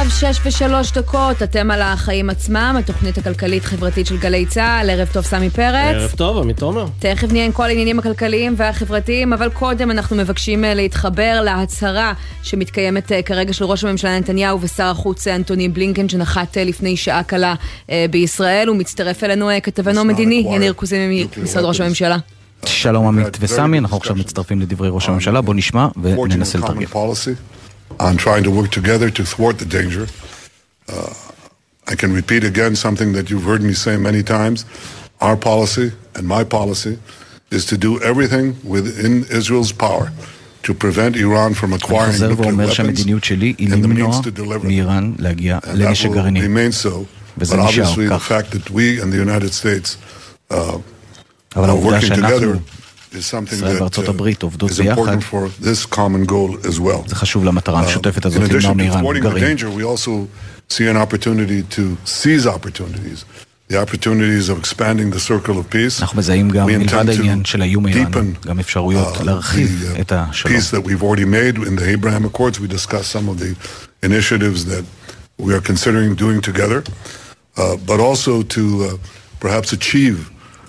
עכשיו 6:03, אתם על החיים עצמם, התוכנית הכלכלית חברתית של גלי צהל. ערב טוב סמי פרץ. ערב טוב, עמית תומר. תכף נהיה עם כל העניינים הכלכליים והחברתיים, אבל קודם אנחנו מבקשים להתחבר להצהרה שמתקיימת כרגע של ראש הממשלה נתניהו ושר החוץ אנטוני בלינקן, שנחת לפני שעה קלה בישראל. הוא מצטרף אלינו כתבנו מדיני יניר קוזין ממשרד ראש הממשלה. שלום עמית וסמי, אנחנו עכשיו מצטרפים לדברי ראש הממשלה, בוא נשמע וננסה לתרגם. On trying to work together to thwart the danger. I can repeat again something that you've heard me say many times. Our policy and my policy is to do everything within Israel's power to prevent Iran from acquiring nuclear weapons and the means to deliver them. And that will remain so. But obviously the fact that we and the United States are working together is something that is important for this common goal as well. זה חשוב למטרה המשותפת הזאת. In addition to thwarting the danger, we also see an opportunity to seize opportunities. The opportunities of expanding the circle of peace. אנחנו מזהים גם מלבד העניין של האיום האיראני, גם אפשרויות להרחיב את השלום. Peace that we've already made in the Abraham Accords. We discussed some of the initiatives that we are considering doing together, but also to perhaps achieve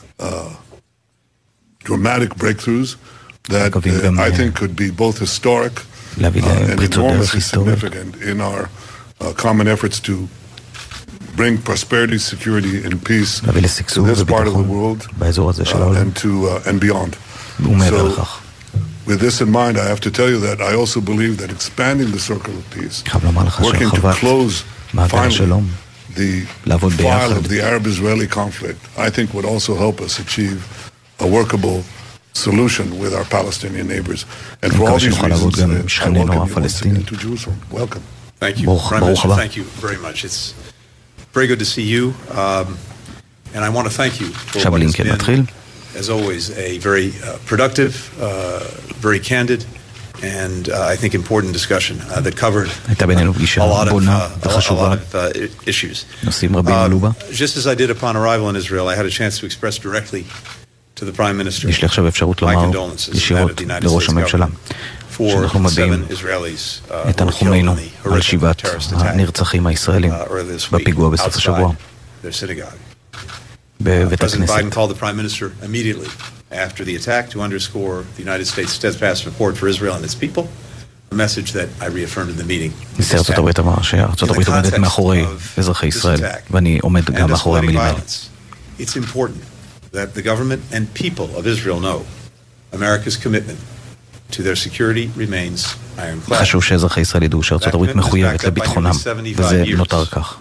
dramatic breakthroughs that I think could be both historic and enormously significant in our common efforts to bring prosperity, security, and peace to this part of the world and beyond. So, with this in mind, I have to tell you that I also believe that expanding the circle of peace, working to close finally the file of the Arab-Israeli conflict, I think would also help us achieve a workable solution with our Palestinian neighbors. And for all these reasons, I welcome you once again to Jerusalem. Welcome. Thank you. Prime Minister, thank you very much. It's very good to see you. And I want to thank you for what has been, as always, a very productive, very candid, and I think important discussion that covered a lot of issues. Just as I did upon arrival in Israel, I had a chance to express directly יש לי עכשיו אפשרות לומר ישירות לראש הממשלה שאנחנו מביעים את תנחומינו על שיבת הנרצחים הישראלים בפיגוע בסוף השבוע בבית הכנסת. After the attack to underscore the United States steadfast support for Israel and its people, a message that I reaffirmed in the meeting. נשיא ארצות הברית אמר שארצות הברית עומדת מאחורי אזרחי ישראל ואני עומד גם מאחורי המילים האלה. It's important that the government and people of Israel know America's commitment to their security remains ironclad. חשוב שאזרחי ישראל ידעו שארצות הברית מחויבת לביטחונם, וזה נותר כך.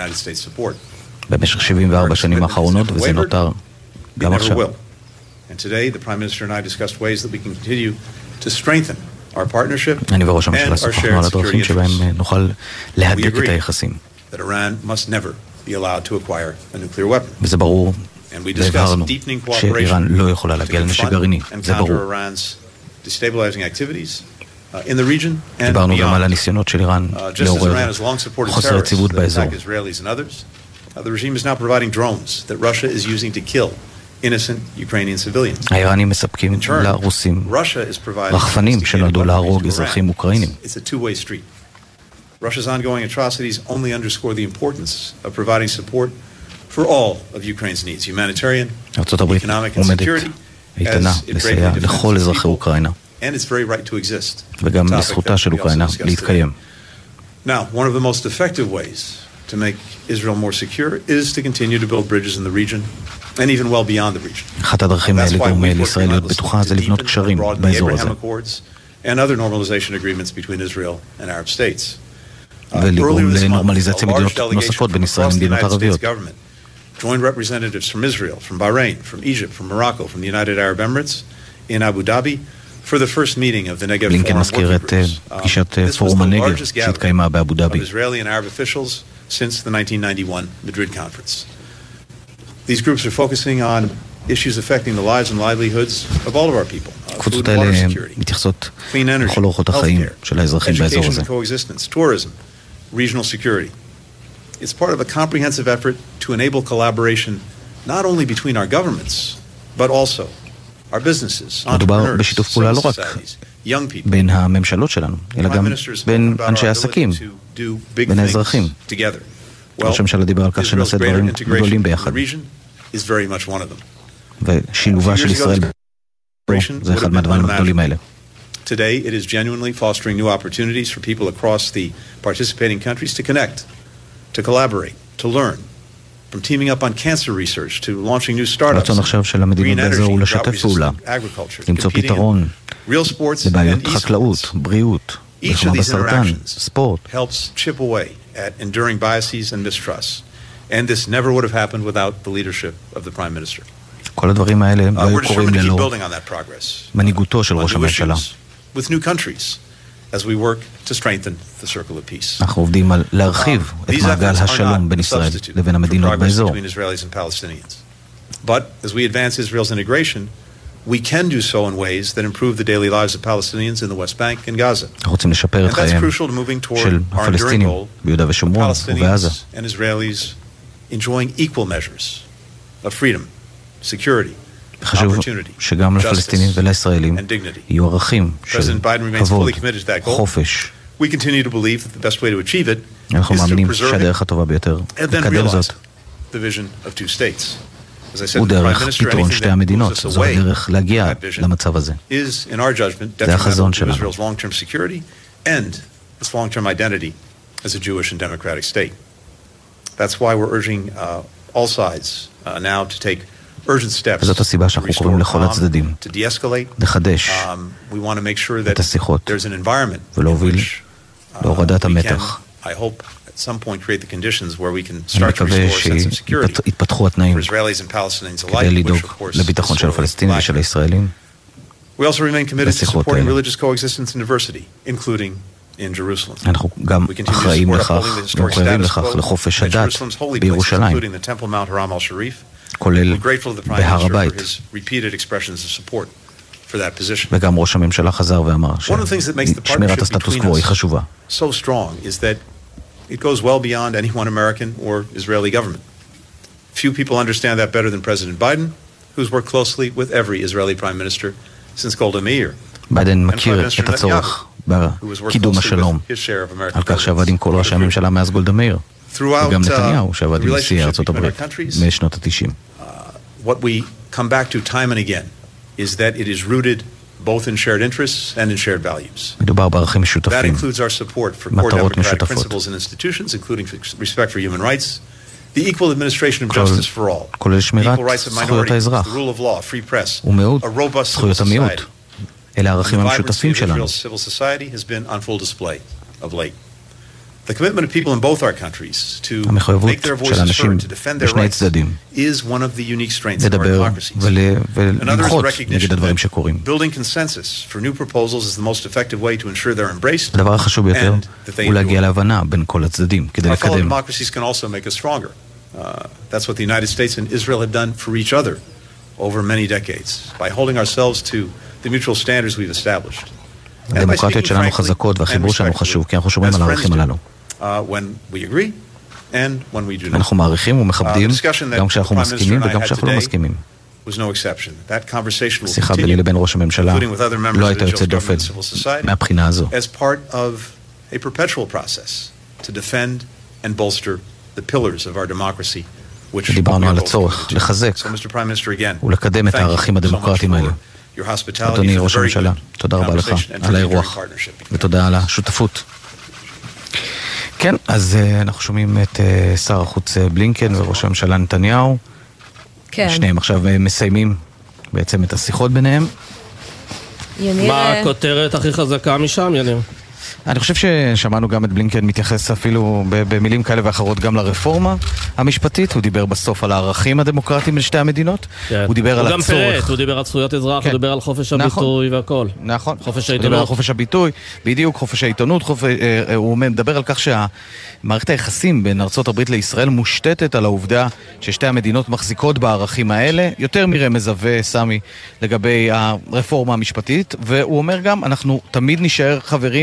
במשך 74 שנים האחרונות, וזה נותר גם עכשיו. And today the Prime Minister and I discussed ways that we can continue to strengthen our partnership אני וראש הממשלה שוחחנו על הדרכים שבהם נוכל להדק את היחסים. That Iran must never be allowed to acquire a nuclear weapon. וזה ברור. והבהרנו שאיראן לא יכולה להגיע לנשק גרעיני, זה ברור. דיברנו גם על הניסיונות של איראן לעורר חוסר יציבות באזור. האיראנים מספקים לרוסים רחפנים שנועדו להרוג אזרחים אוקראינים. Russia's ongoing atrocities only underscore the importance of providing support for all of Ukraine's needs, humanitarian, economic, and security, איתנה לסייע לכל אזרחי אוקראינה. and its very right to exist. וגם לזכותה של אוקראינה להתקיים. Now, one of the most effective ways to make Israel more secure is to continue to build bridges in the region and even well beyond the region. אחת הדרכים לגרום לישראל להיות בטוחה זה לבנות קשרים באזור הזה. And other normalization agreements between Israel and Arab states. ולגרום לנורמליזציה מדינות נוספות בין ישראל ומדינות ערביות. Joined representatives from Israel, from Bahrain, from Egypt, from Morocco, from the United Arab Emirates in Abu Dhabi for the first meeting of the Negev בלינקן מזכיר את פגישת פורום הנגב שהתקיימה באבו דאבי. Israeli and Arab officials since the 1991 Madrid conference. These groups are focusing on issues affecting the lives and livelihoods of all of our people. הקבוצות האלה מתייחסות לכל אורחות החיים של האזרחים באזור הזה. Coexistence, tourism, regional security. It's part of a comprehensive effort to enable collaboration not only between our governments, but also our businesses, מדובר בשיתוף פעולה לא רק בין הממשלות שלנו, אלא גם בין אנשי העסקים, בין האזרחים. ראש הממשלה דיבר על כך שנעשה דברים גדולים ביחד. ושילובה של ישראל זה אחד מהדברים הגדולים האלה. Today, it is genuinely fostering new opportunities for people across the participating countries to connect, to collaborate, to learn, from teaming up on cancer research to launching new startups, רצון עכשיו של המדינות באזור הוא לשתף פעולה, למצוא פתרון לבעיות חקלאות, בריאות, מלחמה בסרטן, ספורט. helps chip away at enduring biases and mistrusts. And this never would have happened without the leadership of the Prime Minister. כל הדברים האלה לא היו קורים ללא מנהיגותו של ראש הממשלה. With new countries, as we work to strengthen the circle of peace. אנחנו עובדים על להרחיב את מעגל השלום בין ישראל לבין המדינות באזור. But as we advance Israel's integration, we can do so in ways that improve the daily lives of Palestinians in the West Bank and Gaza. אנחנו רוצים לשפר את חייהם של הפלסטינים ביהודה ושומרון ובעזה. And Israelis enjoying equal measures of freedom, security, חשוב שגם לפלסטינים ולישראלים יהיו ערכים של כבוד, חופש. אנחנו מאמינים שהדרך הטובה ביותר לקדם זאת הוא דרך פתרון שתי המדינות. זו הדרך להגיע למצב הזה. זה החזון שלנו. That's why we're urging all sides now to take וזאת הסיבה שאנחנו קוראים לכל הצדדים לחדש את השיחות ולהוביל להורדת המתח. אני מקווה שיתפתחו התנאים כדי לדאוג לביטחון של הפלסטינים ושל הישראלים בשיחות האלה. אנחנו גם אחראים לכך ומחויבים לכך לחופש הדת בירושלים, כולל בהר הבית. וגם ראש הממשלה חזר ואמר ששמירת הסטטוס קוו היא חשובה. It goes well beyond any one American or Israeli government. Few people understand that better than President Biden, who's worked closely with every Israeli prime minister since Golda Meir. ביידן מכיר את הצורך בקידום השלום, על כך שעבד עם כל ראשי הממשלה מאז גולדה מאיר. וגם נתניהו שעבד עם נשיא ארצות הברית משנות ה-90. What we come back to time and again is that it is rooted both in shared interests and in shared values. מדובר בערכים משותפים, That includes our support for core democratic principles and institutions, including respect for human rights, the equal administration of justice for all, כולל שמירת זכויות האזרח ומיעוט זכויות המיעוט. אלה הערכים המשותפים שלנו. המחויבות של אנשים בשני צדדים לדבר ולמחות נגד הדברים שקורים. הדבר החשוב ביותר הוא להגיע להבנה בין כל הצדדים כדי לקדם. That's what the United States and Israel have done for each other over many decades by holding ourselves to the mutual standards we've established. הדמוקרטיות שלנו חזקות והחיבור שלנו חשוב כי אנחנו שומרים על הערכים הללו. אנחנו מעריכים ומכבדים גם כשאנחנו מסכימים וגם כשאנחנו לא מסכימים. שיחה ביני לבין ראש הממשלה לא הייתה יוצאת דופן מהבחינה הזו. דיברנו על הצורך לחזק ולקדם את הערכים הדמוקרטיים האלה. אדוני ראש הממשלה, תודה רבה לך על האירוח ותודה על השותפות. כן, אז אנחנו שומעים את שר החוץ בלינקן וראש הממשלה נתניהו. כן. שניהם עכשיו מסיימים בעצם את השיחות ביניהם. מה הכותרת הכי חזקה משם, יניר? אני חושב ששמענו גם את בלינקן מתייחס אפילו במילים כאלה ואחרות גם לרפורמה המשפטית. הוא דיבר בסוף על הערכים הדמוקרטיים לשתי המדינות. הוא דיבר על הצורך. הוא גם פירט, הוא דיבר על זכויות אזרח, הוא דיבר על חופש הביטוי והכל. נכון. חופש העיתונות. הוא דיבר על חופש הביטוי, בדיוק חופש העיתונות. הוא מדבר על כך שהמערכת היחסים בין ארצות הברית לישראל מושתתת על העובדה ששתי המדינות מחזיקות בערכים האלה. יותר מרמז עבה סמי לגבי הרפורמה המשפטית. והוא אומר גם, אנחנו תמיד נשאר חברים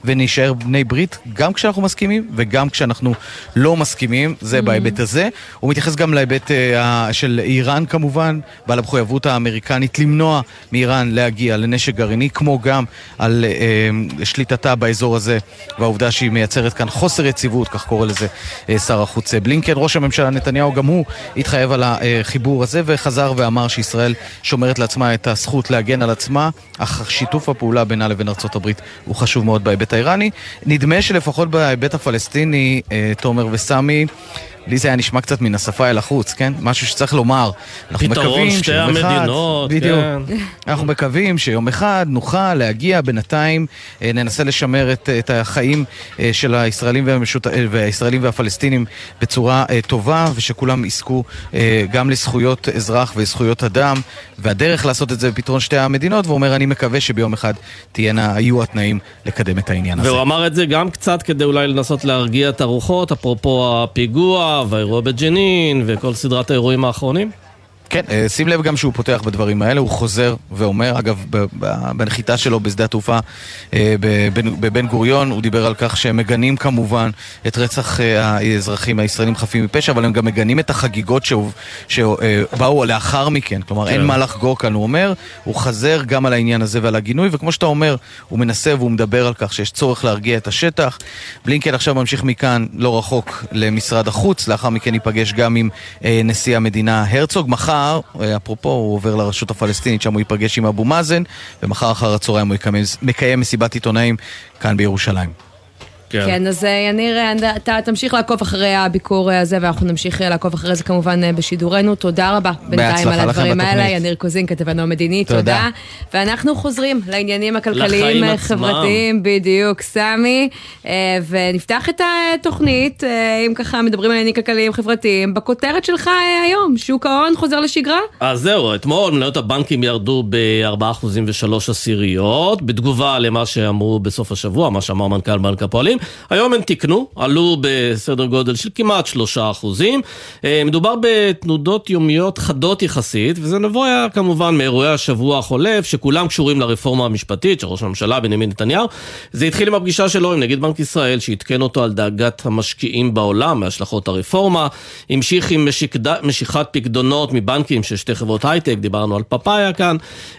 ונשאר בני ברית, גם כשאנחנו מסכימים וגם כשאנחנו לא מסכימים, זה בהיבט הזה. הוא מתייחס גם להיבט של איראן כמובן, ועל המחויבות האמריקנית למנוע מאיראן להגיע לנשק גרעיני, כמו גם על שליטתה באזור הזה, והעובדה שהיא מייצרת כאן חוסר יציבות, כך קורא לזה שר החוץ בלינקן. ראש הממשלה נתניהו גם הוא התחייב על החיבור הזה, וחזר ואמר שישראל שומרת לעצמה את הזכות להגן על עצמה, אך שיתוף הפעולה בינה לבין ארצות הברית הוא חשוב מאוד בהיבט האיראני. נדמה שלפחות בהיבט הפלסטיני, תומר וסמי, לי זה היה נשמע קצת מן השפה אל החוץ, כן? משהו שצריך לומר. פתרון שתי המדינות, כן. אנחנו מקווים שיום אחד נוכל להגיע, בינתיים ננסה לשמר את החיים של הישראלים והפלסטינים בצורה טובה, ושכולם יזכו גם לזכויות אזרח וזכויות אדם, והדרך לעשות את זה בפתרון שתי המדינות, והוא אומר, אני מקווה שביום אחד יהיו התנאים לקדם את העניין הזה. והוא אמר את זה גם קצת כדי אולי לנסות להרגיע את הרוחות, אפרופו הפיגוע, והאירוע בג'נין וכל סדרת האירועים האחרונים. כן, שים לב גם שהוא פותח בדברים האלה, הוא חוזר ואומר, אגב, בנחיתה שלו בשדה התעופה בבן גוריון, הוא דיבר על כך שהם מגנים כמובן את רצח האזרחים הישראלים חפים מפשע, אבל הם גם מגנים את החגיגות שבאו לאחר מכן, כלומר אין מה לחגוג כאן, הוא אומר, הוא חזר גם על העניין הזה ועל הגינוי, וכמו שאתה אומר, הוא מנסה והוא מדבר על כך שיש צורך להרגיע את השטח. בלינקן עכשיו ממשיך מכאן לא רחוק למשרד החוץ, לאחר מכן ייפגש גם עם נשיא המדינה הרצוג. מחר, אפרופו, הוא עובר לרשות הפלסטינית, שם הוא ייפגש עם אבו מאזן, ומחר אחר הצהריים הוא מקיים מסיבת עיתונאים כאן בירושלים. כן, אז יניר, אתה תמשיך לעקוב אחרי הביקור הזה, ואנחנו נמשיך לעקוב אחרי זה כמובן בשידורנו. תודה רבה בינתיים על הדברים האלה. יניר קוזין, כתבנו המדיני, תודה. ואנחנו חוזרים לעניינים הכלכליים חברתיים, בדיוק, סמי, ונפתח את התוכנית, אם ככה מדברים על עניינים כלכליים חברתיים, בכותרת שלך היום, שוק ההון חוזר לשגרה? אז זהו, אתמול מניות הבנקים ירדו ב-4.3%, בתגובה למה שאמרו בסוף השבוע, מה שאמר מנכ"ל בנק הפועלים. היום הם תקנו, עלו בסדר גודל של כמעט 3%. מדובר בתנודות יומיות חדות יחסית, וזה נבוא כמובן מאירועי השבוע החולף, שכולם קשורים לרפורמה המשפטית של ראש הממשלה בנימין נתניהו. זה התחיל עם הפגישה שלו עם נגיד בנק ישראל, שהתקן אותו על דאגת המשקיעים בעולם, מהשלכות הרפורמה, המשיך עם משיכת פקדונות מבנקים של שתי חברות הייטק, דיברנו על פאפאיה כאן,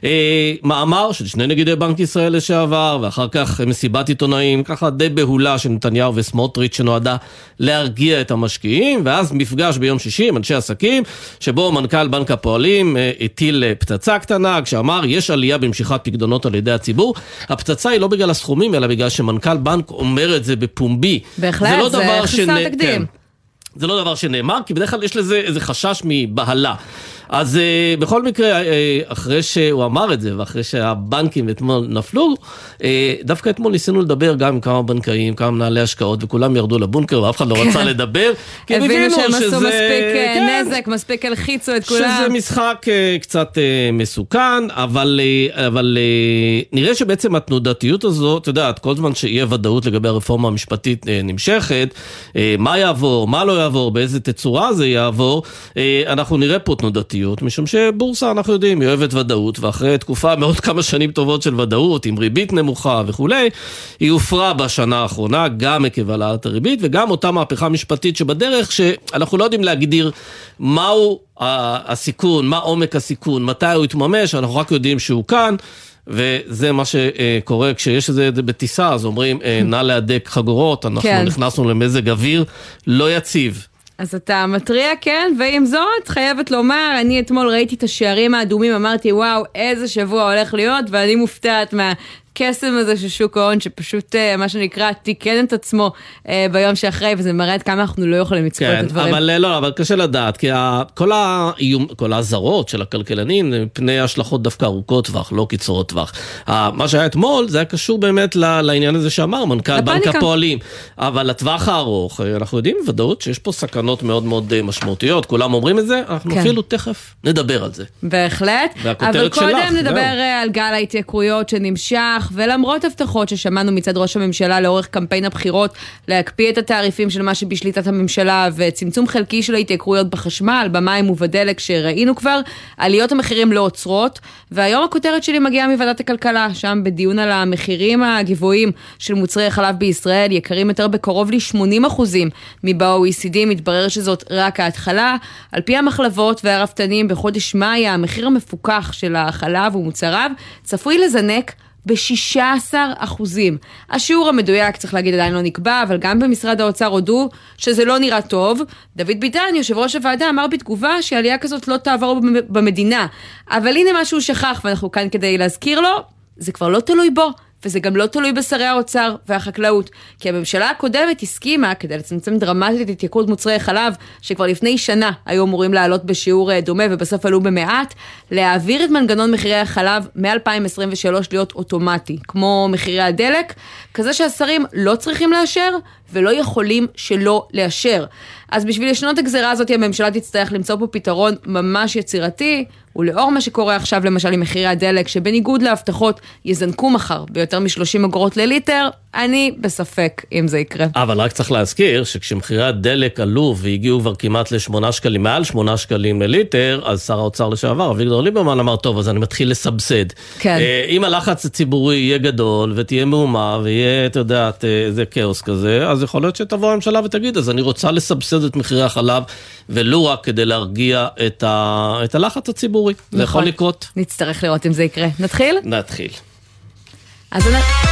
מאמר של שני נגידי בנק ישראל לשעבר, ואחר כך מסיבת עיתונאים, ככה די בהולה של נתניהו וסמוטריץ' שנועדה להרגיע את המשקיעים, ואז מפגש ביום שישי עם אנשי עסקים, שבו מנכ"ל בנק הפועלים הטיל פצצה קטנה, כשאמר יש עלייה במשיכת פקדונות על ידי הציבור. הפצצה היא לא בגלל הסכומים, אלא בגלל שמנכ"ל בנק אומר את זה בפומבי. בהחלט, זה חסר תקדים. זה לא דבר שנאמר, כי בדרך כלל יש לזה איזה חשש מבהלה. אז בכל מקרה, אחרי שהוא אמר את זה, ואחרי שהבנקים אתמול נפלו, דווקא אתמול ניסינו לדבר גם עם כמה בנקאים, כמה מנהלי השקעות, וכולם ירדו לבונקר, ואף אחד לא רצה לדבר. הבינו שהם עשו מספיק נזק, מספיק הלחיצו את כולם. שזה משחק קצת מסוכן, אבל נראה שבעצם התנודתיות הזאת, אתה יודעת, כל זמן שיהיה ודאות לגבי הרפורמה המשפטית נמשכת, מה יעבור, מה לא יעבור, באיזה תצורה זה יעבור, אנחנו נראה פה תנודתיות. משום שבורסה, אנחנו יודעים, היא אוהבת ודאות, ואחרי תקופה מאוד כמה שנים טובות של ודאות, עם ריבית נמוכה וכולי, היא הופרה בשנה האחרונה, גם עקב העלאת הריבית, וגם אותה מהפכה משפטית שבדרך, שאנחנו לא יודעים להגדיר מהו הסיכון, מה עומק הסיכון, מתי הוא יתממש, אנחנו רק יודעים שהוא כאן, וזה מה שקורה כשיש את זה בטיסה, אז אומרים, נא להדק חגורות, אנחנו נכנסנו למזג אוויר לא יציב. אז אתה מטריע, כן, ועם זאת, חייבת לומר, אני אתמול ראיתי את השערים האדומים, אמרתי, וואו, איזה שבוע הולך להיות, ואני מופתעת הקסם הזה של שוק ההון, שפשוט, מה שנקרא, תיקן את עצמו ביום שאחרי, וזה מראה את כמה אנחנו לא יכולים לצפות את הדברים. אבל קשה לדעת, כי כל ההזרות של הכלכלנים, פני השלכות דווקא ארוכות טווח, לא קיצורות טווח. מה שהיה אתמול, זה היה קשור באמת לעניין הזה שאמר, מנכ"ל בנק הפועלים. אבל לטווח הארוך, אנחנו יודעים בוודאות שיש פה סכנות מאוד מאוד משמעותיות, כולם אומרים את זה, אנחנו אפילו תכף נדבר על זה. בהחלט. אבל קודם נדבר על גל ההתייקרויות שנמשך, כך, ולמרות הבטחות ששמענו מצד ראש הממשלה לאורך קמפיין הבחירות, להקפיא את התעריפים של מה שבשליטת הממשלה, וצמצום חלקי של ההתייקרויות בחשמל, במים ובדלק שראינו כבר, עליות המחירים לא עוצרות, והיום הכותרת שלי מגיעה מוועדת הכלכלה, שם בדיון על המחירים הגבוהים של מוצרי החלב בישראל, יקרים יותר בקרוב ל-80% מב-OECD, מתברר שזאת רק ההתחלה. על פי המחלבות והרפתנים, בחודש מאי המחיר המפוקח של החלב ומוצריו צפוי לזנק ב-16%. השיעור המדויק, צריך להגיד, עדיין לא נקבע, אבל גם במשרד האוצר הודו שזה לא נראה טוב. דוד ביטן, יושב ראש הוועדה, אמר בתגובה שעלייה כזאת לא תעבור במדינה. אבל הנה מה שהוא שכח, ואנחנו כאן כדי להזכיר לו, זה כבר לא תלוי בו. וזה גם לא תלוי בשרי האוצר והחקלאות, כי הממשלה הקודמת הסכימה, כדי לצמצם דרמטית את התייקרות מוצרי חלב, שכבר לפני שנה היו אמורים לעלות בשיעור דומה, ובסוף עלו במעט, להעביר את מנגנון מחירי החלב מ-2023 להיות אוטומטי, כמו מחירי הדלק, כזה שהשרים לא צריכים לאשר, ולא יכולים שלא לאשר. אז בשביל לשנות הגזרה הזאת, הממשלה תצטרך למצוא פה פתרון ממש יצירתי, ולאור מה שקורה עכשיו למשל עם מחירי הדלק, שבניגוד להבטחות יזנקו מחר ביותר מ-30 אגורות לליטר, אני בספק אם זה יקרה. אבל רק צריך להזכיר שכשמחירי הדלק עלו והגיעו כבר כמעט ל8 שקלים, מעל 8 שקלים לליטר, אז שר האוצר לשעבר, אביגדור ליברמן, אמר, טוב, אז אני מתחיל לסבסד. כן. אם הלחץ הציבורי יהיה גדול ותהיה מהומה ויהיה, אתה יודעת, איזה כאוס כזה, אז יכול להיות שתבוא הממשלה ותגיד, אז אני רוצה לסבסד את מחירי החלב, ולא רק כדי להרגיע את הלחץ הציבורי. נכון. זה יכול לקרות. נצטרך לראות אם זה יקרה. נתחיל? נתחיל. אז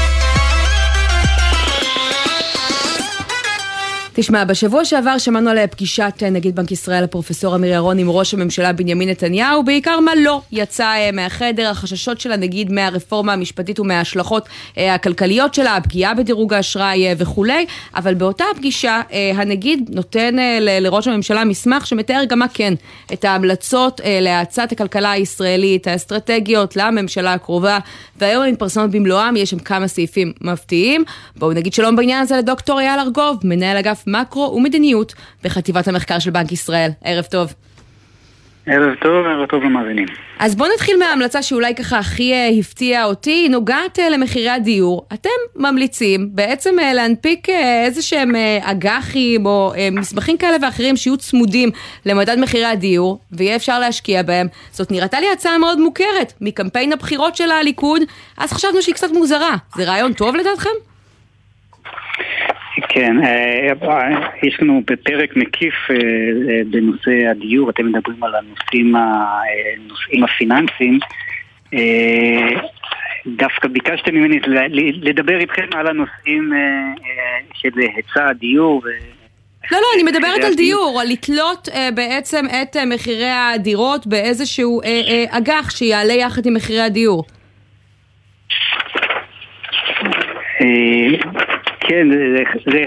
תשמע, בשבוע שעבר שמענו על פגישת נגיד בנק ישראל, הפרופסור אמיר ירון, עם ראש הממשלה בנימין נתניהו, בעיקר מה לא יצא מהחדר, החששות של הנגיד מהרפורמה המשפטית ומההשלכות הכלכליות שלה, הפגיעה בדירוג האשראי וכולי, אבל באותה הפגישה הנגיד נותן לראש הממשלה מסמך שמתאר גם מה כן, את ההמלצות להאצת הכלכלה הישראלית, האסטרטגיות לממשלה הקרובה, והיום הן מתפרסמות במלואם, יש שם כמה סעיפים מפתיעים. בואו נגיד שלום בעניין הזה לדוקטור אייל ארגוב, מנהל אגף מקרו ומדיניות בחטיבת המחקר של בנק ישראל. ערב טוב. ערב טוב למאזינים. אז בואו נתחיל מההמלצה שאולי ככה הכי הפתיעה אותי, נוגעת למחירי הדיור. אתם ממליצים בעצם להנפיק איזה שהם אג"חים או מסמכים כאלה ואחרים שיהיו צמודים למדד מחירי הדיור, ויהיה אפשר להשקיע בהם. זאת נראתה לי הצעה מאוד מוכרת מקמפיין הבחירות של הליכוד, אז חשבנו שהיא קצת מוזרה. זה רעיון טוב לדעתכם? כן, יש לנו בפרק מקיף בנושא הדיור, אתם מדברים על הנושאים הפיננסיים, דווקא ביקשתם ממני לדבר איתכם על הנושאים של היצע הדיור. לא, אני מדברת על דיור, על לתלות בעצם את מחירי הדירות באיזשהו אג"ח שיעלה יחד עם מחירי הדיור. כן, זה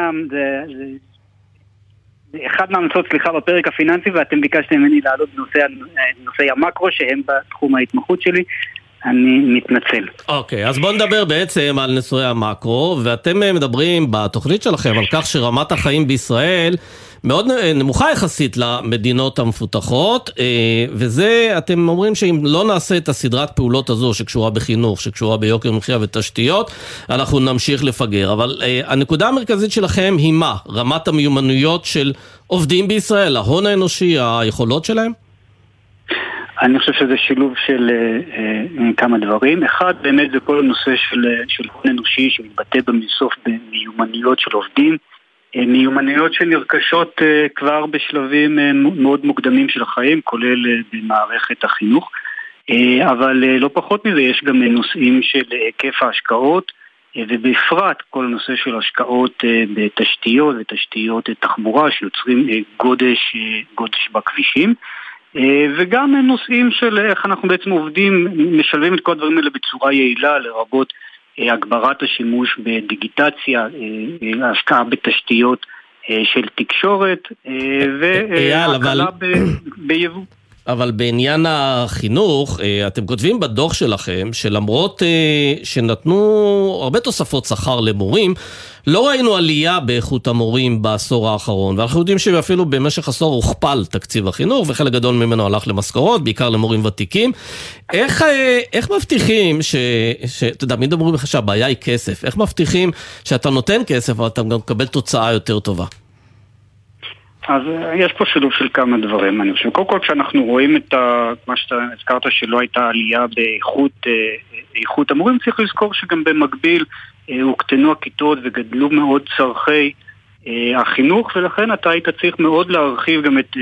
אחד מההמלצות, בפרק הפיננסי, ואתם ביקשתם ממני לעלות נושאי המקרו, שהם בתחום ההתמחות שלי. אני מתנצל. אוקיי, אז בואו נדבר בעצם על נושאי המקרו, ואתם מדברים בתוכנית שלכם על כך שרמת החיים בישראל מאוד נמוכה יחסית למדינות המפותחות, וזה, אתם אומרים שאם לא נעשה את הסדרת פעולות הזו שקשורה בחינוך, שקשורה ביוקר מחיה ותשתיות, אנחנו נמשיך לפגר. אבל הנקודה המרכזית שלכם היא מה? רמת המיומנויות של עובדים בישראל, ההון האנושי, היכולות שלהם? אני חושב שזה שילוב של כמה דברים. אחד, באמת זה כל הנושא של הון אנושי שמתבטא במסוף במיומנויות של עובדים, מיומנויות שנרכשות כבר בשלבים מאוד מוקדמים של החיים, כולל במערכת החינוך, אבל לא פחות מזה יש גם נושאים של היקף ההשקעות, ובפרט כל הנושא של השקעות בתשתיות ותשתיות תחבורה שיוצרים גודש בכבישים, וגם נושאים של איך אנחנו בעצם עובדים, משלבים את כל הדברים האלה בצורה יעילה, לרבות הגברת השימוש בדיגיטציה, ההשקעה בתשתיות של תקשורת, והקלה ביבוא. אבל בעניין החינוך, אתם כותבים בדוח שלכם, שלמרות שנתנו הרבה תוספות שכר למורים, לא ראינו עלייה באיכות המורים בעשור האחרון, ואנחנו יודעים שאפילו במשך עשור הוכפל תקציב החינוך, וחלק גדול ממנו הלך למשכורות, בעיקר למורים ותיקים. איך מבטיחים אתה יודע, מי מדברים לך שהבעיה היא כסף? איך מבטיחים שאתה נותן כסף, אבל אתה גם מקבל תוצאה יותר טובה? אז יש פה שילוב של כמה דברים. אני חושב, קודם כל כשאנחנו רואים את מה שאתה הזכרת שלא הייתה עלייה באיכות המורים, צריך לזכור שגם במקביל הוקטנו הכיתות וגדלו מאוד צרכי החינוך, ולכן אתה היית צריך מאוד להרחיב גם את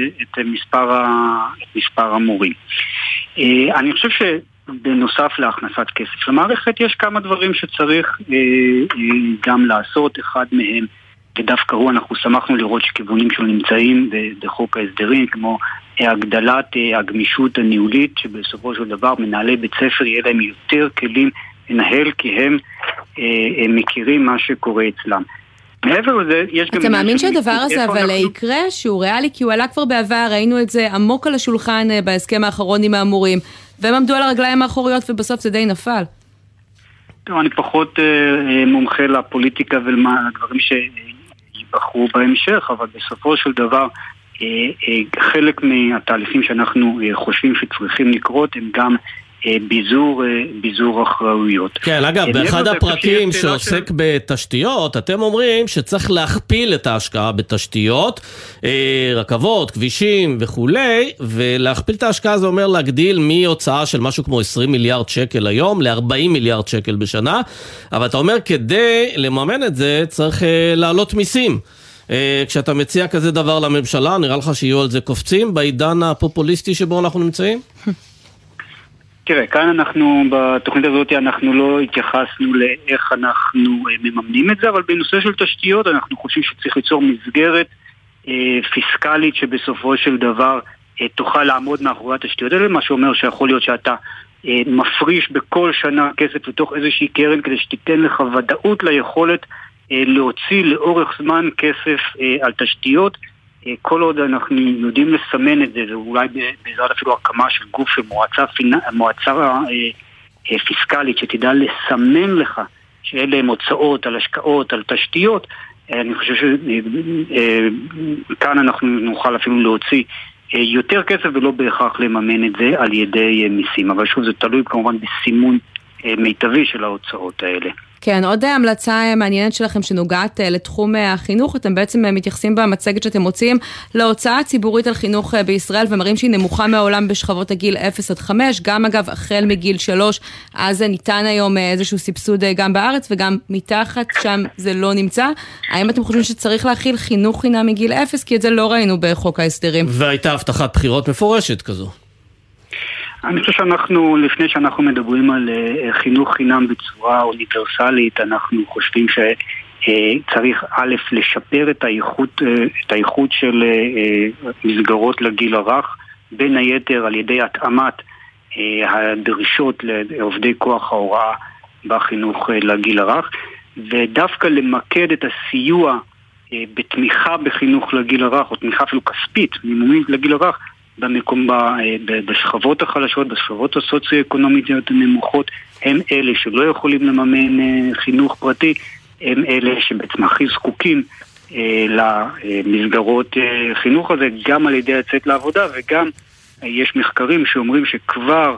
מספר המורים. אני חושב שבנוסף להכנסת כסף למערכת יש כמה דברים שצריך גם לעשות. אחד מהם, ודווקא אנחנו שמחנו לראות שכיוונים שלו נמצאים בחוק ההסדרים, כמו הגדלת הגמישות הניהולית, שבסופו של דבר מנהלי בית ספר יהיה להם יותר כלים לנהל, כי הם מכירים מה שקורה אצלם. מעבר לזה, יש גם... אתה מאמין שהדבר הזה אבל יקרה, שהוא ריאלי, כי הוא עלה כבר בעבר, ראינו את זה עמוק על השולחן בהסכם האחרון עם האמורים, והם עמדו על הרגליים האחוריות ובסוף זה די נפל. טוב, אני פחות מומחה לפוליטיקה ולדברים שיבחרו בהמשך, אבל בסופו של דבר חלק מהתהליכים שאנחנו חושבים שצריכים לקרות הם גם ביזור אחראויות. כן, אגב, באחד הפרקים שעוסק בתשתיות, אתם אומרים שצריך להכפיל את ההשקעה בתשתיות, רכבות, כבישים וכולי, ולהכפיל את ההשקעה זה אומר להגדיל מהוצאה של משהו כמו 20 מיליארד שקל היום ל-40 מיליארד שקל בשנה, אבל אתה אומר כדי לממן את זה צריך לעלות מיסים. כשאתה מציע כזה דבר לממשלה, נראה לך שיהיו על זה קופצים בעידן הפופוליסטי שבו אנחנו נמצאים? תראה, כאן אנחנו, בתוכנית הזאת אנחנו לא התייחסנו לאיך אנחנו מממנים את זה, אבל בנושא של תשתיות אנחנו חושבים שצריך ליצור מסגרת פיסקלית שבסופו של דבר תוכל לעמוד מאחורי התשתיות האלה, מה שאומר שיכול להיות שאתה מפריש בכל שנה כסף לתוך איזושהי קרן כדי שתיתן לך ודאות ליכולת להוציא לאורך זמן כסף על תשתיות, כל עוד אנחנו יודעים לסמן את זה, ואולי בעזרת אפילו הקמה של גוף של מועצה פיסקלית שתדע לסמן לך שאלה הם הוצאות על השקעות, על תשתיות. אני חושב שכאן אנחנו נוכל אפילו להוציא יותר כסף ולא בהכרח לממן את זה על ידי מיסים, אבל שוב זה תלוי כמובן בסימון מיטבי של ההוצאות האלה. כן, עוד המלצה מעניינת שלכם שנוגעת לתחום החינוך, אתם בעצם מתייחסים במצגת שאתם מוצאים להוצאה הציבורית על חינוך בישראל, ומראים שהיא נמוכה מהעולם בשכבות הגיל 0-5, גם אגב החל מגיל 3, אז ניתן היום איזשהו סבסוד גם בארץ, וגם מתחת שם זה לא נמצא. האם אתם חושבים שצריך להכיל חינוך חינם מגיל 0? כי את זה לא ראינו בחוק ההסדרים. והייתה הבטחת בחירות מפורשת כזו. אני חושב שאנחנו, לפני שאנחנו מדברים על חינוך חינם בצורה אוניברסלית, אנחנו חושבים שצריך א' לשפר את האיכות של מסגרות לגיל הרך, בין היתר על ידי התאמת הדרישות לעובדי כוח ההוראה בחינוך לגיל הרך, ודווקא למקד את הסיוע בתמיכה בחינוך לגיל הרך, או תמיכה אפילו כספית, מימונית לגיל הרך, בשכבות החלשות, בשכבות הסוציו-אקונומיות הנמוכות, הם אלה שלא יכולים לממן חינוך פרטי, הם אלה שבעצם הכי זקוקים למסגרות חינוך הזה, גם על ידי לצאת לעבודה, וגם יש מחקרים שאומרים שכבר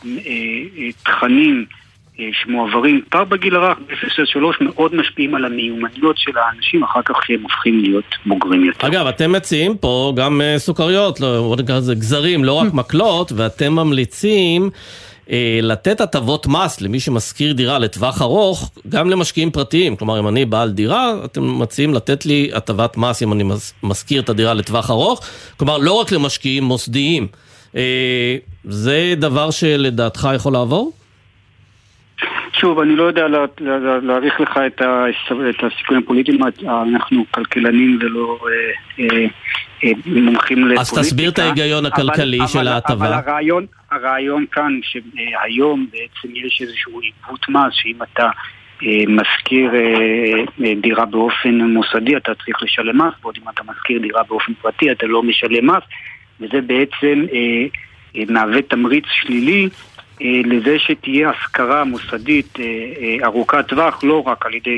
תכנים שמועברים כבר בגיל הרך, ב-0-3 מאוד משפיעים על המיומנויות של האנשים, אחר כך שהם הופכים להיות בוגרים יותר. אגב, אתם מציעים פה גם סוכריות, לא נקרא זה גזרים, לא רק מקלות, ואתם ממליצים לתת הטבות מס למי שמשכיר דירה לטווח ארוך, גם למשקיעים פרטיים. כלומר, אם אני בעל דירה, אתם מציעים לתת לי הטבת מס אם אני משכיר את הדירה לטווח ארוך, כלומר, לא רק למשקיעים מוסדיים. זה דבר שלדעתך יכול לעבור? שוב, אני לא יודע להעריך לך את הסיכויים הפוליטיים, אנחנו כלכלנים ולא מומחים לפוליטיקה. אז תסביר את ההיגיון הכלכלי של ההטבה. אבל הרעיון כאן, שהיום בעצם יש איזשהו עיוות מס, שאם אתה מזכיר דירה באופן מוסדי, אתה צריך לשלם מס, ועוד אם אתה מזכיר דירה באופן פרטי, אתה לא משלם מס, וזה בעצם מהווה תמריץ שלילי, לזה שתהיה השכרה מוסדית ארוכת טווח, לא רק על ידי